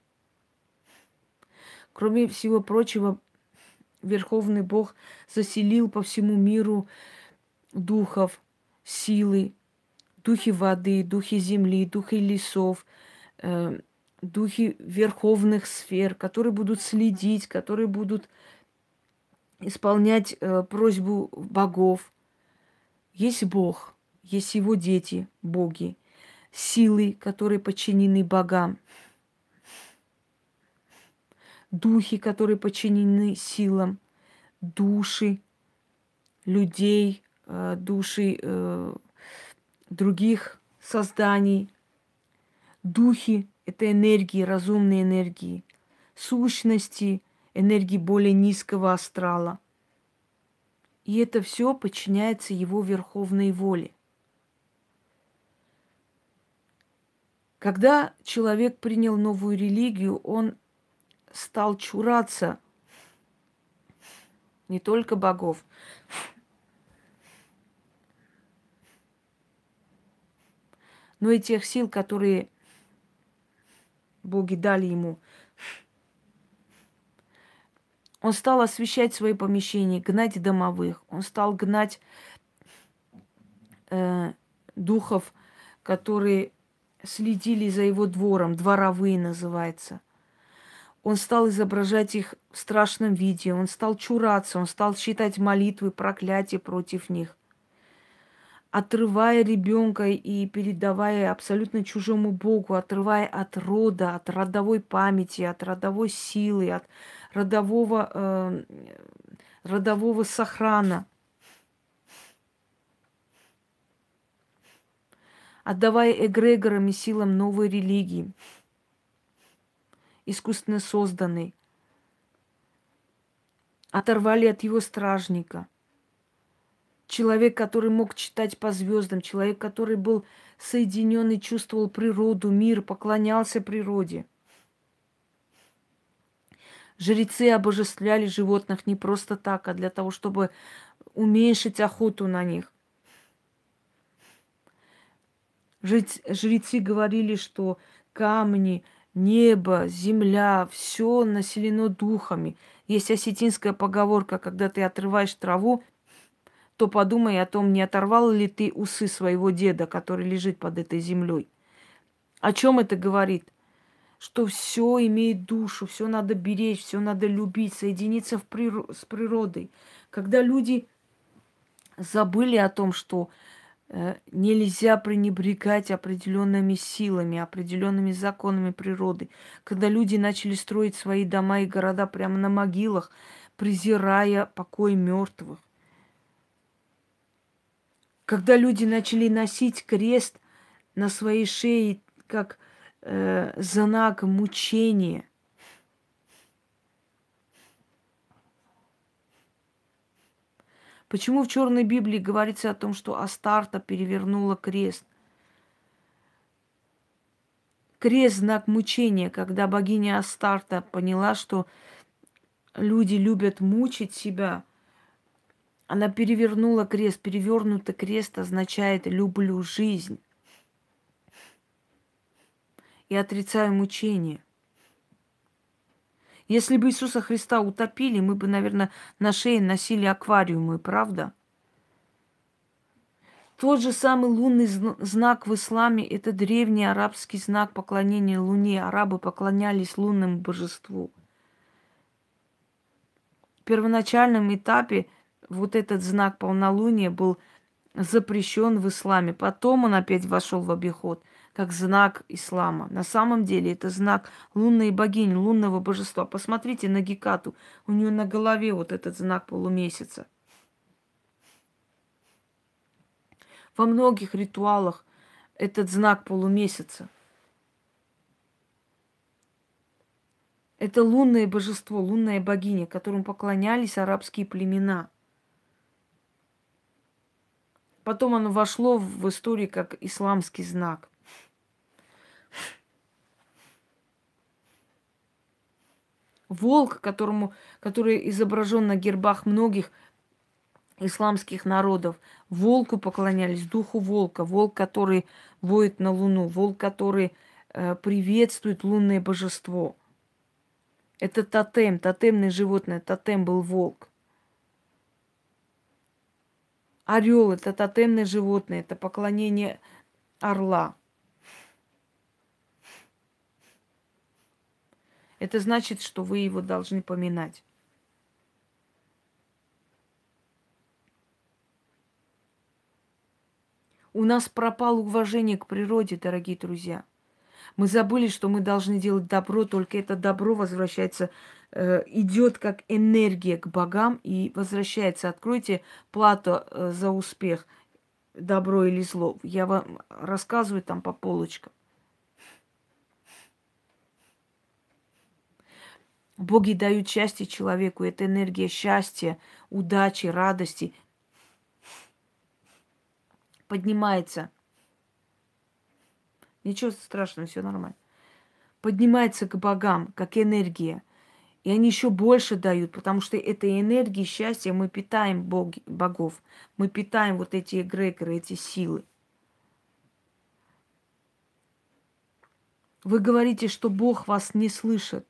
Кроме всего прочего, Верховный Бог заселил по всему миру духов, силы, духи воды, духи земли, духи лесов, э, духи верховных сфер, которые будут следить, которые будут исполнять э, просьбу богов. Есть Бог, есть его дети, боги, силы, которые подчинены богам, духи, которые подчинены силам, души людей, э, души э, других созданий, духи – это энергии, разумные энергии, сущности, энергии более низкого астрала. И это все подчиняется его верховной воле. Когда человек принял новую религию, он стал чураться не только богов, но и тех сил, которые боги дали ему. Он стал освещать свои помещения, гнать домовых. Он стал гнать э, духов, которые следили за его двором, дворовые называется. Он стал изображать их в страшном виде, он стал чураться, он стал читать молитвы, проклятия против них, отрывая ребенка и передавая абсолютно чужому Богу, отрывая от рода, от родовой памяти, от родовой силы, от родового, э, родового сохрана. Отдавая эгрегорам и силам новой религии, искусственно созданной. Оторвали от его стражника. Человек, который мог читать по звездам, человек, который был соединен и чувствовал природу, мир, поклонялся природе. Жрецы обожествляли животных не просто так, а для того, чтобы уменьшить охоту на них. Жрецы, жрецы говорили, что камни, небо, земля, все населено духами. Есть осетинская поговорка, когда ты отрываешь траву, то подумай о том, не оторвал ли ты усы своего деда, который лежит под этой землей. О чем это говорит? Что все имеет душу, все надо беречь, все надо любить, соединиться в прир- с природой. Когда люди забыли о том, что э, нельзя пренебрегать определенными силами, определенными законами природы, когда люди начали строить свои дома и города прямо на могилах, презирая покой мертвых, когда люди начали носить крест на своей шее как э, знак мучения. Почему в Черной Библии говорится о том, что Астарта перевернула крест? Крест – знак мучения, когда богиня Астарта поняла, что люди любят мучить себя. Она перевернула крест. Перевернутый крест означает «люблю жизнь» и отрицаю мучение. Если бы Иисуса Христа утопили, мы бы, наверное, на шее носили аквариумы, правда? Тот же самый лунный знак в исламе – это древний арабский знак поклонения Луне. Арабы поклонялись лунному божеству. В первоначальном этапе вот этот знак полнолуния был запрещен в исламе. Потом он опять вошел в обиход как знак ислама. На самом деле это знак лунной богини, лунного божества. Посмотрите на Гекату. У нее на голове вот этот знак полумесяца. Во многих ритуалах этот знак полумесяца. Это лунное божество, лунная богиня, которому поклонялись арабские племена. Потом оно вошло в историю как исламский знак. Волк, которому, который изображен на гербах многих исламских народов. Волку поклонялись, духу волка. Волк, который воет на луну. Волк, который э, приветствует лунное божество. Это тотем, тотемное животное. Тотем был волк. Орел – это тотемное животное. Это поклонение орла. Это значит, что вы его должны поминать. У нас пропало уважение к природе, дорогие друзья. Мы забыли, что мы должны делать добро, только это добро возвращается, э, идет как энергия к богам и возвращается. Откройте плату э, за успех, добро или зло. Я вам рассказываю там по полочкам. Боги дают счастье человеку. Это энергия счастья, удачи, радости. Поднимается. Ничего страшного, все нормально. Поднимается к богам, как энергия. И они еще больше дают, потому что этой энергией счастья мы питаем боги, богов. Мы питаем вот эти эгрегоры, эти силы. Вы говорите, что Бог вас не слышит.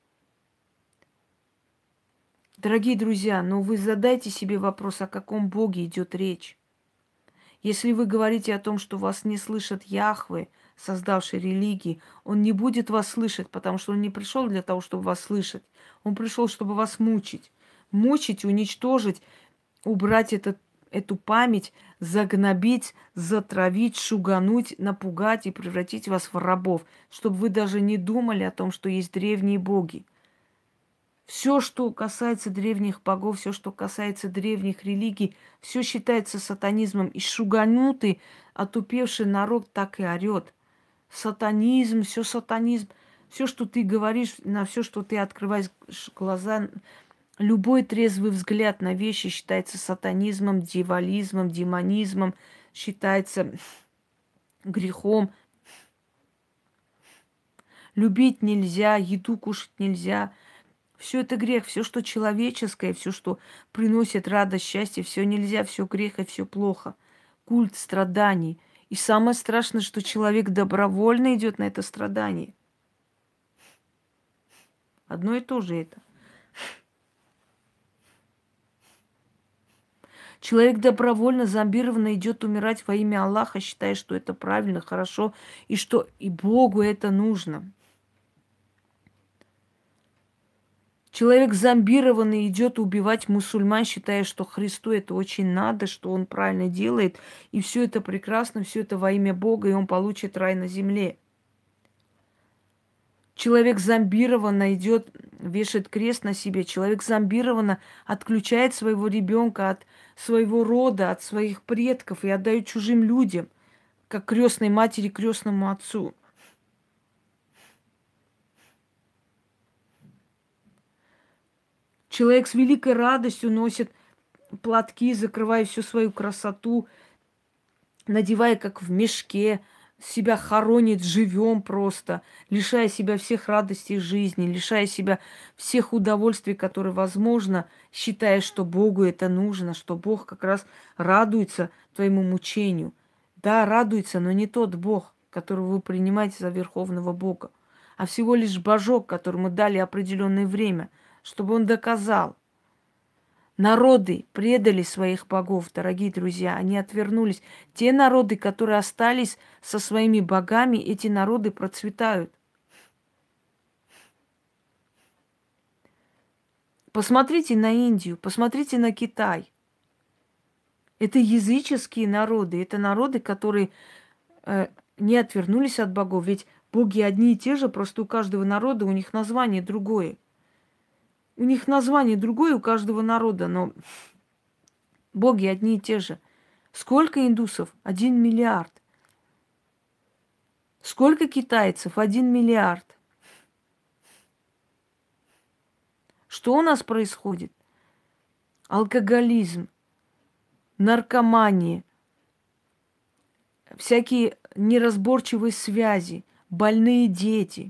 Дорогие друзья, но вы задайте себе вопрос, о каком Боге идет речь. Если вы говорите о том, что вас не слышит Яхве, создавший религии, он не будет вас слышать, потому что он не пришел для того, чтобы вас слышать. Он пришел, чтобы вас мучить. Мучить, уничтожить, убрать этот, эту память, загнобить, затравить, шугануть, напугать и превратить вас в рабов, чтобы вы даже не думали о том, что есть древние боги. Все, что касается древних богов, все, что касается древних религий, все считается сатанизмом. И шуганутый, отупевший народ так и орет. Сатанизм, все сатанизм. Все, что ты говоришь, на все, что ты открываешь глаза, любой трезвый взгляд на вещи считается сатанизмом, дьяволизмом, демонизмом, считается грехом. Любить нельзя, еду кушать нельзя. Все это грех, все, что человеческое, все, что приносит радость, счастье, все нельзя, все грех и все плохо. Культ страданий. И самое страшное, что человек добровольно идет на это страдание. Одно и то же это. Человек добровольно, зомбированно идет умирать во имя Аллаха, считая, что это правильно, хорошо, и что и Богу это нужно. Человек зомбированный идет убивать мусульман, считая, что Христу это очень надо, что он правильно делает, и все это прекрасно, все это во имя Бога, и он получит рай на земле. Человек зомбированно идет, вешает крест на себе. Человек зомбированно отключает своего ребенка от своего рода, от своих предков и отдает чужим людям, как крестной матери, крестному отцу. Человек с великой радостью носит платки, закрывая всю свою красоту, надевая как в мешке, себя хоронит живем просто, лишая себя всех радостей жизни, лишая себя всех удовольствий, которые возможно, считая, что Богу это нужно, что Бог как раз радуется твоему мучению. Да, радуется, но не тот Бог, которого вы принимаете за верховного Бога, а всего лишь божок, которому дали определенное время, чтобы он доказал. Народы предали своих богов, дорогие друзья, они отвернулись. Те народы, которые остались со своими богами, эти народы процветают. Посмотрите на Индию, посмотрите на Китай. Это языческие народы, это народы, которые э, не отвернулись от богов. Ведь боги одни и те же, просто у каждого народа у них название другое. У них название другое у каждого народа, но боги одни и те же. Сколько индусов? Один миллиард. Сколько китайцев? Один миллиард. Что у нас происходит? Алкоголизм, наркомания, всякие неразборчивые связи, больные дети.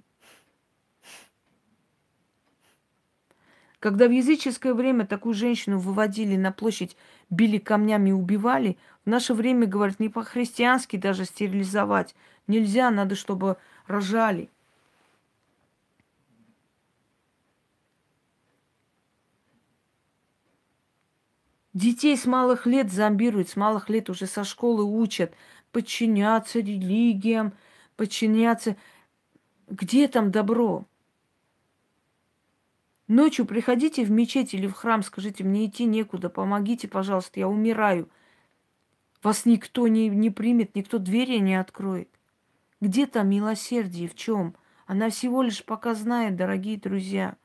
Когда в языческое время такую женщину выводили на площадь, били камнями и убивали, в наше время, говорят, не по-христиански даже стерилизовать. Нельзя, надо, чтобы рожали. Детей с малых лет зомбируют, с малых лет уже со школы учат подчиняться религиям, подчиняться... Где там добро? Ночью приходите в мечеть или в храм, скажите, мне идти некуда, помогите, пожалуйста, я умираю. Вас никто не, не примет, никто двери не откроет. Где там милосердие, в чем? Она всего лишь показная, дорогие друзья.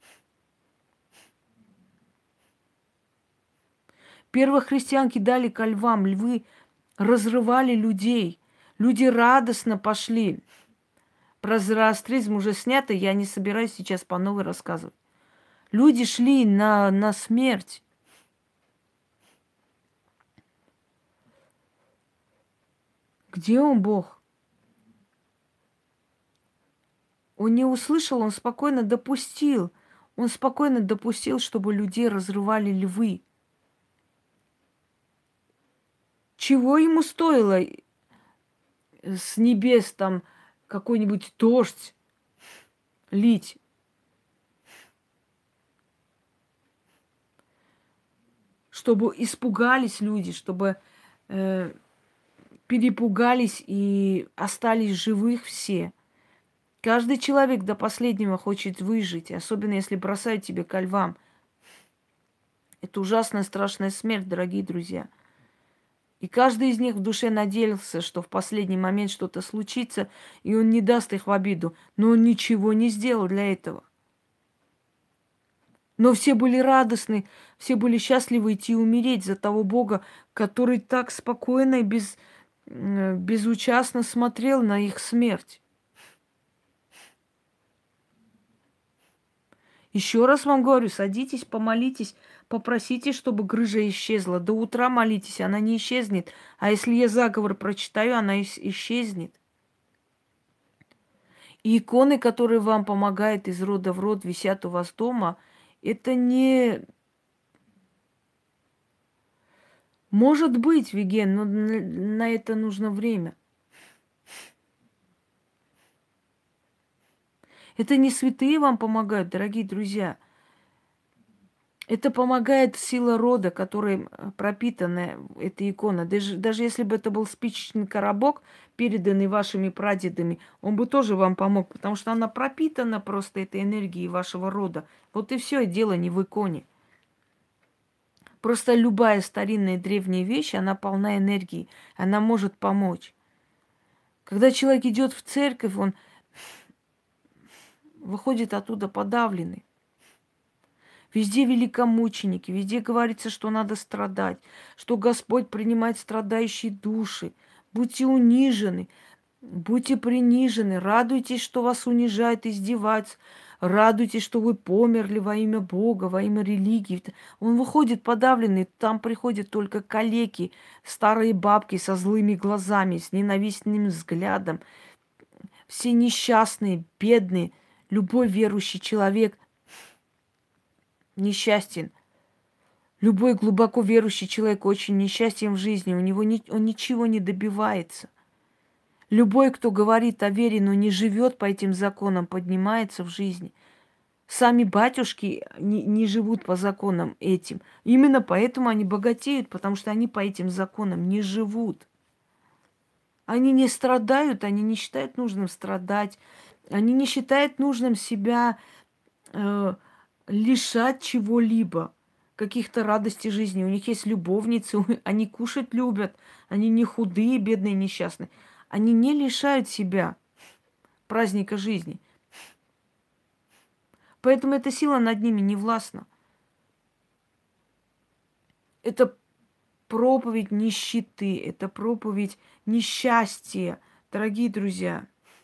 Первые христианки дали ко львам, львы разрывали людей. Люди радостно пошли. Про зороастризм уже снято, я не собираюсь сейчас по новой рассказывать. Люди шли на, на смерть. Где он, Бог? Он не услышал, он спокойно допустил. Он спокойно допустил, чтобы людей разрывали львы. Чего ему стоило с небес там какой-нибудь дождь лить? Чтобы испугались люди, чтобы э, перепугались и остались живых все. Каждый человек до последнего хочет выжить, особенно если бросают тебя ко львам. Это ужасная, страшная смерть, дорогие друзья. И каждый из них в душе надеялся, что в последний момент что-то случится, и он не даст их в обиду. Но он ничего не сделал для этого. Но все были радостны, все были счастливы идти умереть за того Бога, который так спокойно и без, безучастно смотрел на их смерть. Еще раз вам говорю, садитесь, помолитесь, попросите, чтобы грыжа исчезла. До утра молитесь, она не исчезнет. А если я заговор прочитаю, она исчезнет. И иконы, которые вам помогают из рода в род, висят у вас дома, это не, Может быть, Виген, но на на это нужно время. Это не святые вам помогают, дорогие друзья. Это помогает сила рода, которой э, пропитана эта икона. Даже, даже если бы это был спичечный коробок, переданный вашими прадедами, он бы тоже вам помог, потому что она пропитана просто этой энергией вашего рода. Вот и все, дело не в иконе. Просто любая старинная древняя вещь, она полна энергии, она может помочь. Когда человек идет в церковь, он выходит оттуда подавленный. Везде великомученики, везде говорится, что надо страдать, что Господь принимает страдающие души. Будьте унижены, будьте принижены, радуйтесь, что вас унижают, издеваются, радуйтесь, что вы померли во имя Бога, во имя религии. Он выходит подавленный, там приходят только калеки, старые бабки со злыми глазами, с ненавистным взглядом. Все несчастные, бедные, любой верующий человек несчастен. Любой глубоко верующий человек очень несчастен в жизни. У него ни, он ничего не добивается. Любой, кто говорит о вере, но не живет по этим законам, поднимается в жизни. Сами батюшки не, не живут по законам этим. Именно поэтому они богатеют, потому что они по этим законам не живут. Они не страдают, они не считают нужным страдать. Они не считают нужным себя э, лишать чего-либо, каких-то радостей жизни. У них есть любовницы, они кушать любят, они не худые, бедные, несчастные. Они не лишают себя праздника жизни. Поэтому эта сила над ними не властна. Это проповедь нищеты, это проповедь несчастья, дорогие друзья.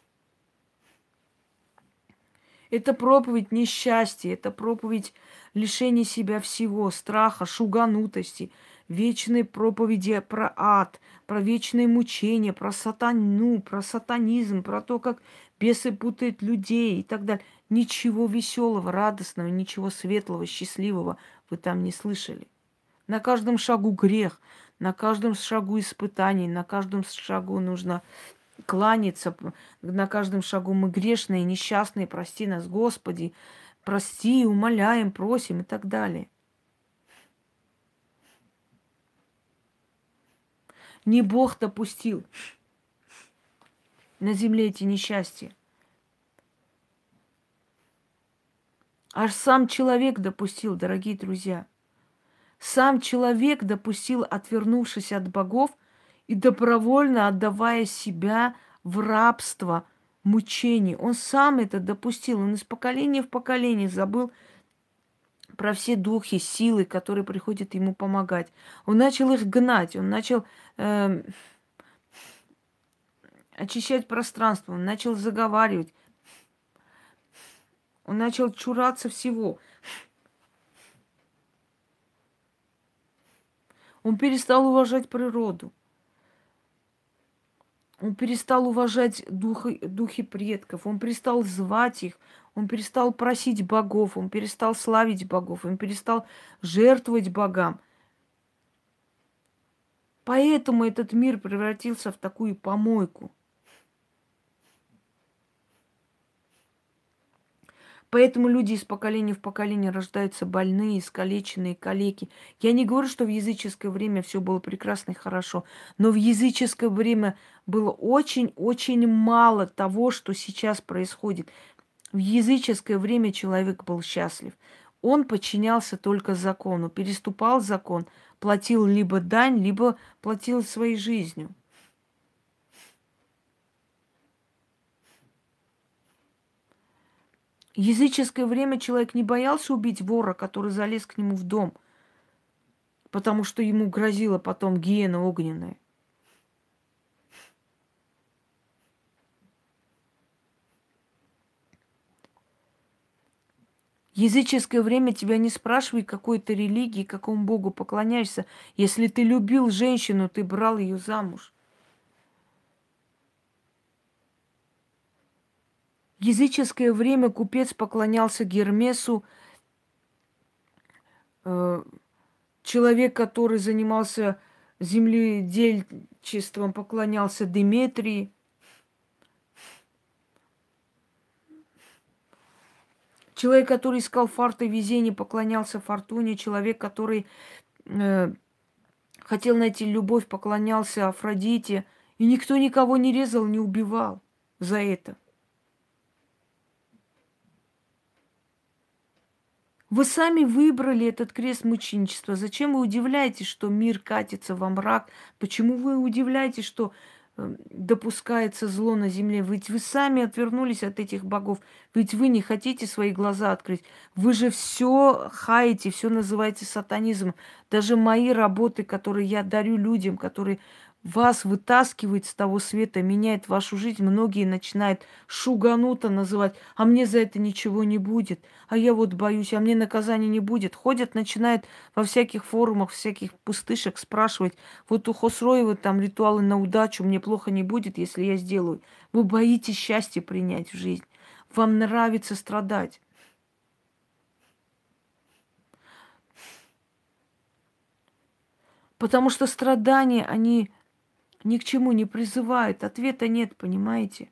Это проповедь несчастья, это проповедь лишения себя всего, страха, шуганутости, вечные проповеди про ад, про вечные мучения, про сатану, про сатанизм, про то, как бесы путают людей и так далее. Ничего веселого, радостного, ничего светлого, счастливого вы там не слышали. На каждом шагу грех, на каждом шагу испытаний, на каждом шагу нужно кланяться, на каждом шагу мы грешные, несчастные, прости нас, Господи, прости, умоляем, просим и так далее. Не Бог допустил на земле эти несчастья. Аж сам человек допустил, дорогие друзья. Сам человек допустил, отвернувшись от богов и добровольно отдавая себя в рабство, мучений. Он сам это допустил. Он из поколения в поколение забыл про все духи, силы, которые приходят ему помогать. Он начал их гнать, он начал э, очищать пространство, он начал заговаривать, он начал чураться всего. Он перестал уважать природу. Он перестал уважать духи, духи предков. Он перестал звать их. Он перестал просить богов. Он перестал славить богов. Он перестал жертвовать богам. Поэтому этот мир превратился в такую помойку. Поэтому люди из поколения в поколение рождаются больные, искалеченные, калеки. Я не говорю, что в языческое время все было прекрасно и хорошо, но в языческое время было очень-очень мало того, что сейчас происходит. В языческое время человек был счастлив. Он подчинялся только закону, переступал закон, платил либо дань, либо платил своей жизнью. В языческое время человек не боялся убить вора, который залез к нему в дом, потому что ему грозила потом гиена огненная. В языческое время тебя не спрашивают, какой ты религии, какому богу поклоняешься. Если ты любил женщину, ты брал ее замуж. В языческое время купец поклонялся Гермесу, э, человек, который занимался земледельчеством поклонялся Деметрии. Человек, который искал фарта и везение, поклонялся фортуне. Человек, который э, хотел найти любовь, поклонялся Афродите. И никто никого не резал, не убивал за это. Вы сами выбрали этот крест мученичества. Зачем вы удивляетесь, что мир катится во мрак? Почему вы удивляетесь, что э, допускается зло на земле? Ведь вы сами отвернулись от этих богов. Ведь вы не хотите свои глаза открыть. Вы же все хаете, все называете сатанизмом. Даже мои работы, которые я дарю людям, которые вас вытаскивают с того света, меняет вашу жизнь, многие начинают шугануто называть, а мне за это ничего не будет, а я вот боюсь, а мне наказания не будет. Ходят, начинают во всяких форумах, всяких пустышек спрашивать, вот у Хосроева там ритуалы на удачу, мне плохо не будет, если я сделаю. Вы боитесь счастье принять в жизнь. Вам нравится страдать. Потому что страдания, они ни к чему не призывают. Ответа нет, понимаете?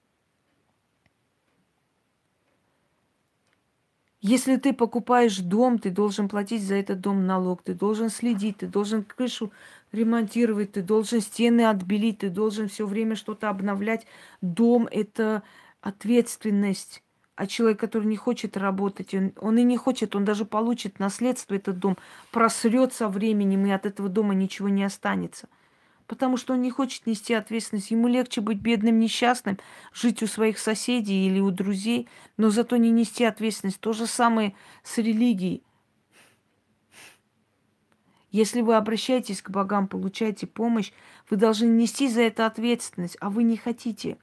Если ты покупаешь дом, ты должен платить за этот дом налог, ты должен следить, ты должен крышу ремонтировать, ты должен стены отбелить, ты должен все время что-то обновлять. Дом – это ответственность. А человек, который не хочет работать, он, он и не хочет, он даже получит наследство, этот дом, просрет со временем, и от этого дома ничего не останется. Потому что он не хочет нести ответственность. Ему легче быть бедным, несчастным, жить у своих соседей или у друзей, но зато не нести ответственность. То же самое с религией. Если вы обращаетесь к богам, получаете помощь, вы должны нести за это ответственность, а вы не хотите.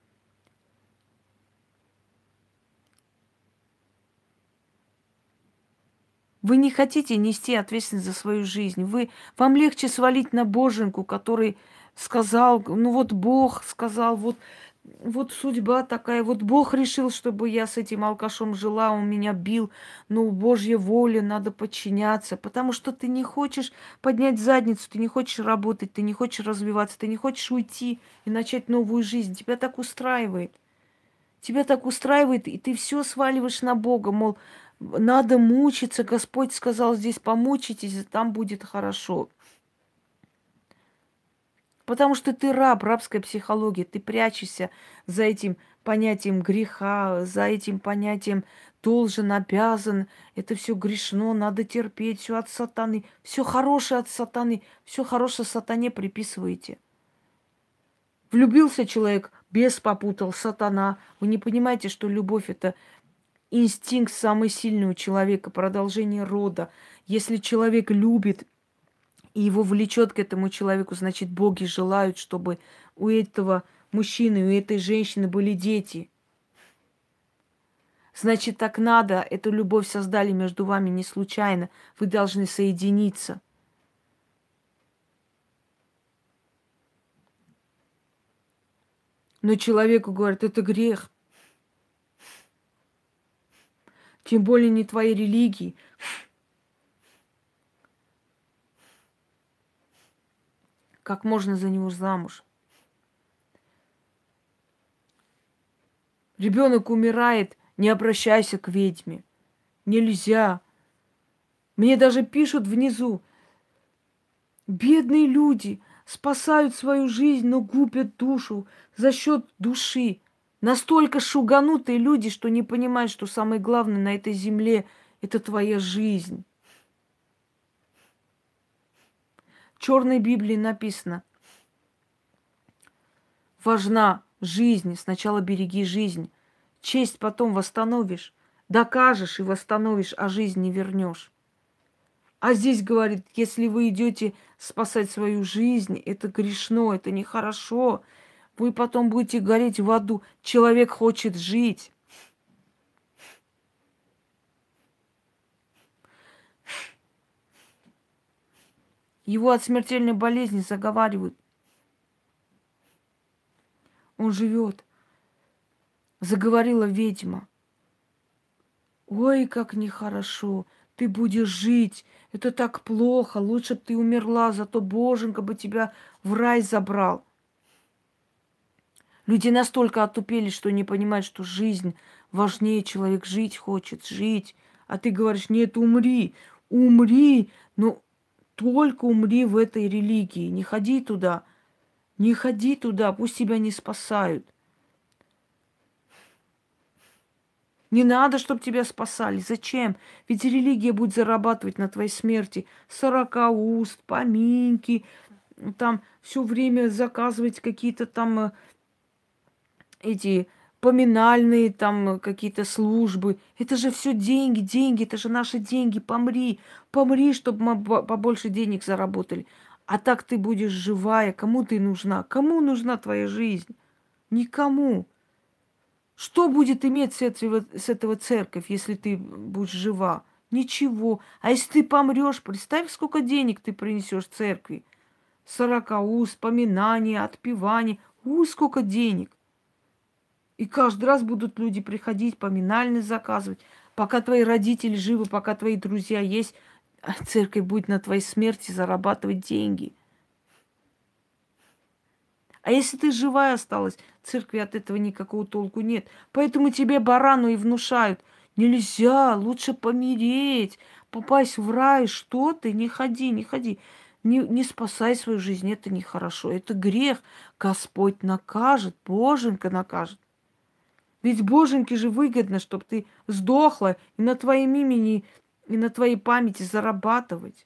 Вы не хотите нести ответственность за свою жизнь. Вы, вам легче свалить на боженку, который сказал, ну вот Бог сказал, вот, вот судьба такая, вот Бог решил, чтобы я с этим алкашом жила, он меня бил, ну, Божья воля, надо подчиняться, потому что ты не хочешь поднять задницу, ты не хочешь работать, ты не хочешь развиваться, ты не хочешь уйти и начать новую жизнь. Тебя так устраивает. Тебя так устраивает, и ты все сваливаешь на Бога, мол, надо мучиться, Господь сказал, здесь помучитесь, и там будет хорошо. Потому что ты раб, рабская психология, ты прячешься за этим понятием греха, за этим понятием должен, обязан, это все грешно, надо терпеть, все от сатаны, все хорошее от сатаны, все хорошее сатане приписываете. Влюбился человек, бес попутал, сатана. Вы не понимаете, что любовь – это инстинкт самый сильный у человека, продолжение рода. Если человек любит и его влечет к этому человеку, значит, боги желают, чтобы у этого мужчины, у этой женщины были дети. Значит, так надо. Эту любовь создали между вами не случайно. Вы должны соединиться. Но человеку говорят, это грех. Тем более не твоей религии. Как можно за него замуж? Ребенок умирает, не обращайся к ведьме. Нельзя. Мне даже пишут внизу. Бедные люди спасают свою жизнь, но губят душу за счет души. Настолько шуганутые люди, что не понимают, что самое главное на этой земле – это твоя жизнь. В Черной Библии написано: важна жизнь, сначала береги жизнь, честь потом восстановишь, докажешь и восстановишь, а жизнь не вернешь. А здесь говорит, если вы идете спасать свою жизнь, это грешно, это нехорошо. Вы потом будете гореть в аду. Человек хочет жить. Его от смертельной болезни заговаривают. Он живет. Заговорила ведьма. Ой, как нехорошо. ты будешь жить. Это так плохо, лучше бы ты умерла, зато Боженька бы тебя в рай забрал. Люди настолько отупели, что не понимают, что жизнь важнее, человек жить хочет, жить. А ты говоришь, нет, умри, умри, но только умри в этой религии, не ходи туда, не ходи туда, пусть тебя не спасают. Не надо, чтобы тебя спасали. Зачем? Ведь религия будет зарабатывать на твоей смерти. Сорока уст, поминки, там все время заказывать какие-то там э, эти поминальные там э, какие-то службы. Это же все деньги, деньги, это же наши деньги. Помри, помри, чтобы мы по- побольше денег заработали. А так ты будешь живая. Кому ты нужна? Кому нужна твоя жизнь? Никому. Что будет иметь с этого, с этого церковь, если ты будешь жива? Ничего. А если ты помрешь, представь, сколько денег ты принесешь церкви. Сорокауст, поминания, отпевания. У, сколько денег. И каждый раз будут люди приходить, поминальные заказывать. Пока твои родители живы, пока твои друзья есть, а церковь будет на твоей смерти зарабатывать деньги. А если ты живая осталась, церкви от этого никакого толку нет. Поэтому тебе барану и внушают. Нельзя, лучше помереть, попасть в рай. Что ты? Не ходи, не ходи. Не, не спасай свою жизнь, это нехорошо. Это грех. Господь накажет, Боженька накажет. Ведь Боженьке же выгодно, чтобы ты сдохла и на твоем имени, и на твоей памяти зарабатывать.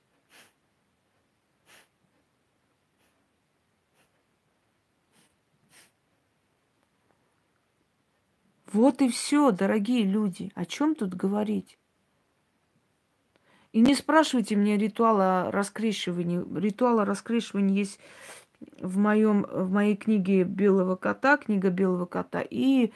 Вот и все, дорогие люди. О чем тут говорить? И не спрашивайте меня ритуала раскрещивания. Ритуала раскрещивания есть в, моем, в моей книге «Белого кота», книга «Белого кота», и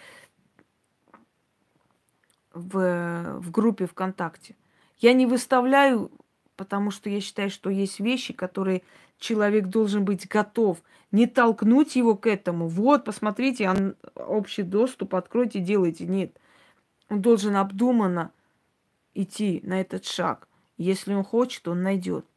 в, в группе ВКонтакте. Я не выставляю, потому что я считаю, что есть вещи, которые человек должен быть готов. Не толкнуть его к этому. Вот, посмотрите, он, общий доступ, откройте, делайте. Нет. Он должен обдуманно идти на этот шаг. Если он хочет, он найдет.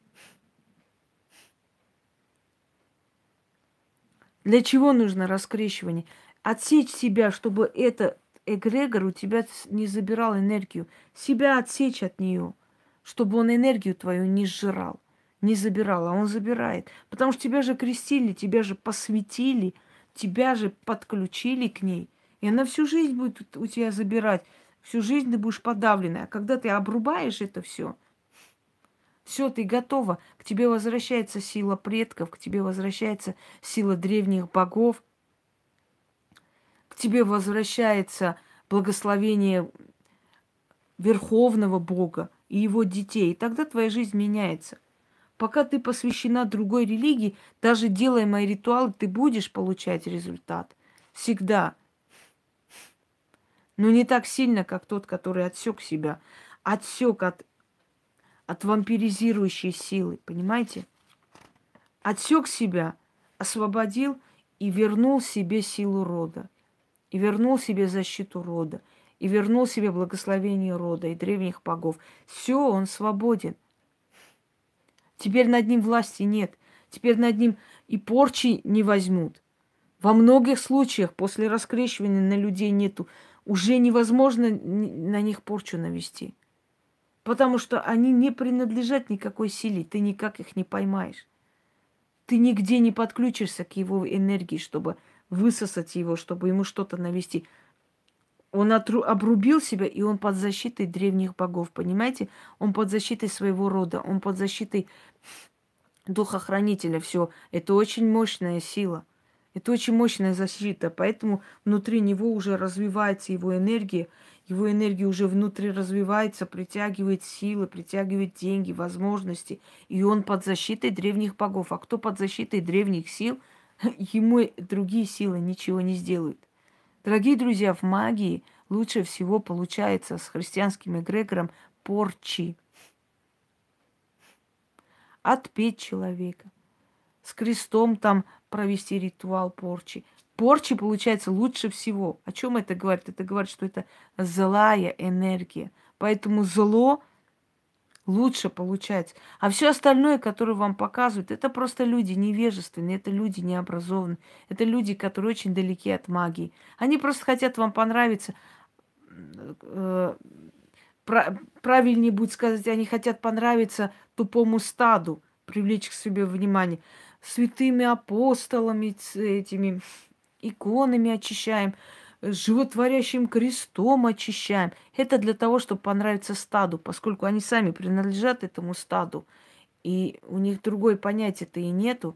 Для чего нужно раскрещивание? Отсечь себя, чтобы это эгрегор у тебя не забирал энергию. Себя отсечь от нее, чтобы он энергию твою не сжирал, не забирал, а он забирает. Потому что тебя же крестили, тебя же посвятили, тебя же подключили к ней. И она всю жизнь будет у тебя забирать. Всю жизнь ты будешь подавленной. А когда ты обрубаешь это все, все, ты готова. К тебе возвращается сила предков, к тебе возвращается сила древних богов, к тебе возвращается благословение Верховного Бога и его детей. И тогда твоя жизнь меняется. Пока ты посвящена другой религии, даже делая мои ритуалы, ты будешь получать результат. Всегда. Но не так сильно, как тот, который отсек себя. Отсек от, от вампиризирующей силы. Понимаете? Отсек себя, освободил и вернул себе силу рода. И вернул себе защиту рода. И вернул себе благословение рода и древних богов. Все, он свободен. Теперь над ним власти нет. Теперь над ним и порчи не возьмут. Во многих случаях после раскрещивания на людей нету. Уже невозможно на них порчу навести. Потому что они не принадлежат никакой силе. Ты никак их не поймаешь. Ты нигде не подключишься к его энергии, чтобы высосать его, чтобы ему что-то навести. Он отру- обрубил себя, и он под защитой древних богов, понимаете? Он под защитой своего рода, он под защитой духохранителя. Все, это очень мощная сила. Это очень мощная защита, поэтому внутри него уже развивается его энергия, его энергия уже внутри развивается, притягивает силы, притягивает деньги, возможности, и он под защитой древних богов. А кто под защитой древних сил, ему другие силы ничего не сделают. Дорогие друзья, в магии лучше всего получается с христианским эгрегором порчи. Отпеть человека, с крестом там провести ритуал порчи. Порчи получается лучше всего. О чем это говорит? Это говорит, что это злая энергия. Поэтому зло лучше получается. А все остальное, которое вам показывают, это просто люди невежественные, это люди необразованные, это люди, которые очень далеки от магии. Они просто хотят вам понравиться. Э, пра- правильнее будет сказать, они хотят понравиться тупому стаду, привлечь к себе внимание. Святыми апостолами, ц- этими иконами очищаем, э, животворящим крестом очищаем. Это для того, чтобы понравиться стаду, поскольку они сами принадлежат этому стаду. И у них другое понятие-то и нету.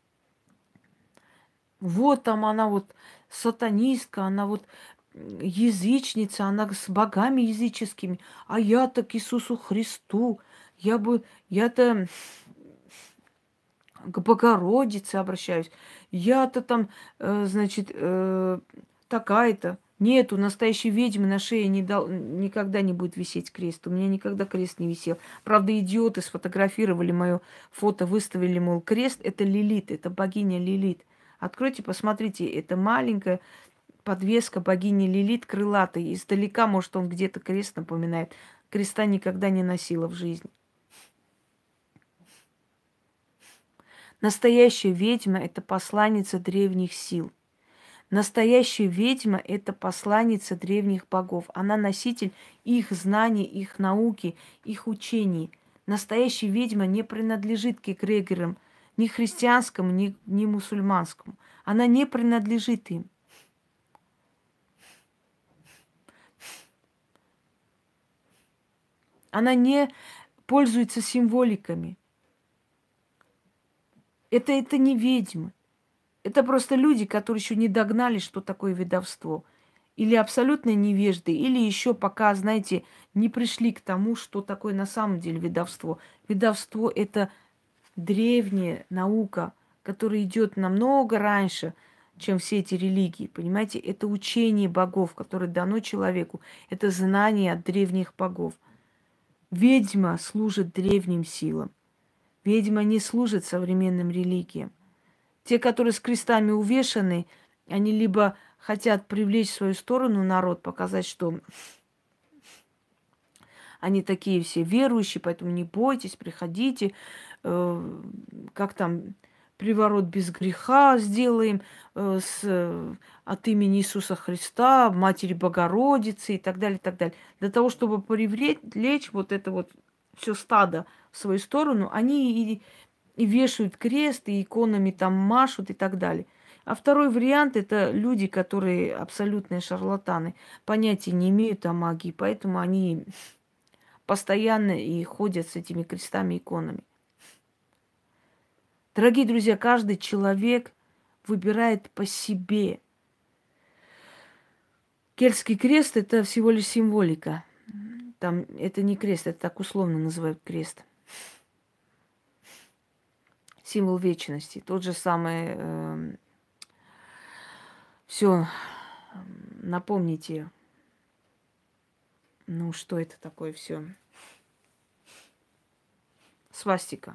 Вот там она вот сатанистка, она вот м, язычница, она с богами языческими. А я-то к Иисусу Христу. Я бы, я-то к Богородице обращаюсь. Я-то там, э, значит, э, такая-то. Нету, настоящей ведьмы на шее не дал, никогда не будет висеть крест. У меня никогда крест не висел. Правда, идиоты сфотографировали мое фото, выставили, мол, крест. Это Лилит, это богиня Лилит. Откройте, посмотрите, это маленькая подвеска богини Лилит крылатой. Издалека, может, он где-то крест напоминает. Креста никогда не носила в жизни. Настоящая ведьма – это посланница древних сил. Настоящая ведьма – это посланница древних богов. Она носитель их знаний, их науки, их учений. Настоящая ведьма не принадлежит к эгрегорам ни христианскому, ни, ни мусульманскому. Она не принадлежит им. Она не пользуется символиками. Это, это не ведьмы. Это просто люди, которые еще не догнали, что такое ведовство. Или абсолютно невежды, или еще пока, знаете, не пришли к тому, что такое на самом деле ведовство. Ведовство – это древняя наука, которая идет намного раньше, чем все эти религии. Понимаете, это учение богов, которое дано человеку. Это знание от древних богов. Ведьма служит древним силам. Ведьма не служит современным религиям. Те, которые с крестами увешаны, они либо хотят привлечь в свою сторону народ, показать, что они такие все верующие, поэтому не бойтесь, приходите, э, как там, приворот без греха сделаем э, с, э, от имени Иисуса Христа, Матери Богородицы и так далее, и так далее. Для того, чтобы привлечь вот это вот все стадо в свою сторону, они и и вешают крест, и иконами там машут и так далее. А второй вариант – это люди, которые абсолютные шарлатаны, понятия не имеют о магии, поэтому они постоянно и ходят с этими крестами, иконами. Дорогие друзья, каждый человек выбирает по себе. Кельтский крест – это всего лишь символика. Там это не крест, это так условно называют крест. Символ вечности. Тот же самый... Э, все, напомните, ну что это такое все? Свастика.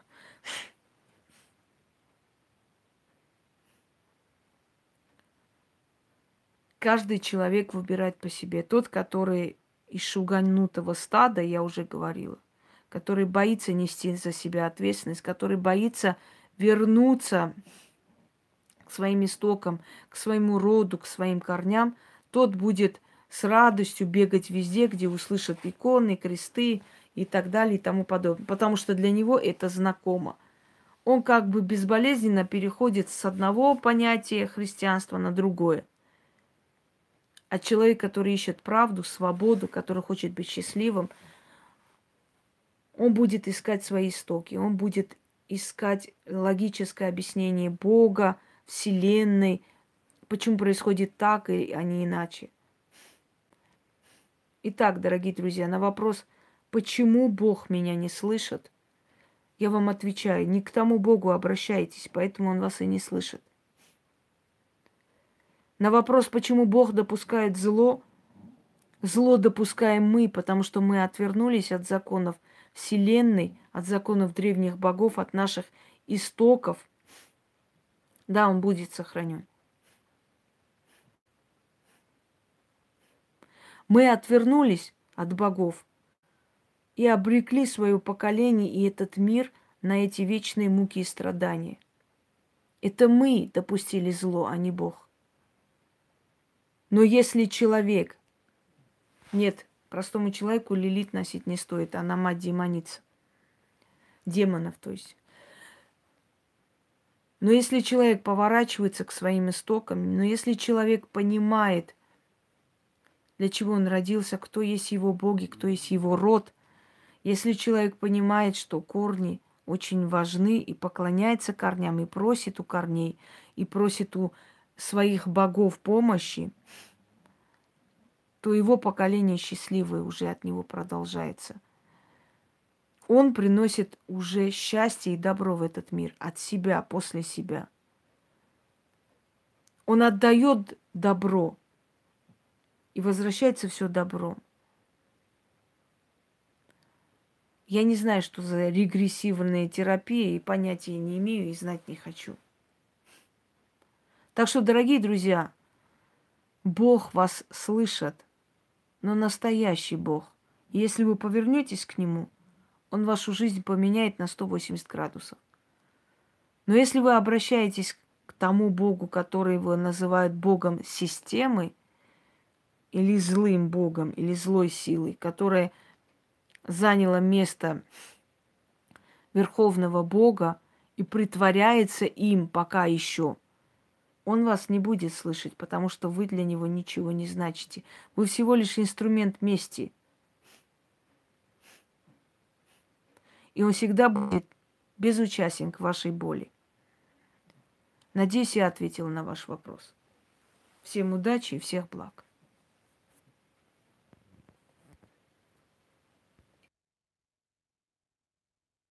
Каждый человек выбирает по себе. Тот, который из шуганутого стада, я уже говорила, который боится нести за себя ответственность, который боится вернуться к своим истокам, к своему роду, к своим корням, тот будет с радостью бегать везде, где услышат иконы, кресты и так далее и тому подобное. Потому что для него это знакомо. Он как бы безболезненно переходит с одного понятия христианства на другое. А человек, который ищет правду, свободу, который хочет быть счастливым, он будет искать свои истоки, он будет искать логическое объяснение Бога, Вселенной, почему происходит так, и, а не иначе. Итак, дорогие друзья, на вопрос, почему Бог меня не слышит, я вам отвечаю, не к тому Богу обращайтесь, поэтому Он вас и не слышит. На вопрос, почему Бог допускает зло, зло допускаем мы, потому что мы отвернулись от законов Вселенной, от законов древних богов, от наших истоков. Да, он будет сохранен. Мы отвернулись от богов, и обрекли свое поколение и этот мир на эти вечные муки и страдания. Это мы допустили зло, а не Бог. Но если человек... Нет, простому человеку Лилит носить не стоит, она мать-демоница. Демонов, то есть. Но если человек поворачивается к своим истокам, но если человек понимает, для чего он родился, кто есть его боги, кто есть его род, если человек понимает, что корни очень важны и поклоняется корням, и просит у корней, и просит у своих богов помощи, то его поколение счастливое уже от него продолжается. Он приносит уже счастье и добро в этот мир от себя, после себя. Он отдает добро, и возвращается все добро. Я не знаю, что за регрессивная терапия, и понятия не имею, и знать не хочу. Так что, дорогие друзья, Бог вас слышит, но настоящий Бог. И если вы повернетесь к Нему, Он вашу жизнь поменяет на сто восемьдесят градусов. Но если вы обращаетесь к тому Богу, который его называют Богом системы, или злым Богом, или злой силой, которая заняла место Верховного Бога и притворяется им пока еще, Он вас не будет слышать, потому что вы для Него ничего не значите. Вы всего лишь инструмент мести. И Он всегда будет безучастен к вашей боли. Надеюсь, я ответила на ваш вопрос. Всем удачи и всех благ.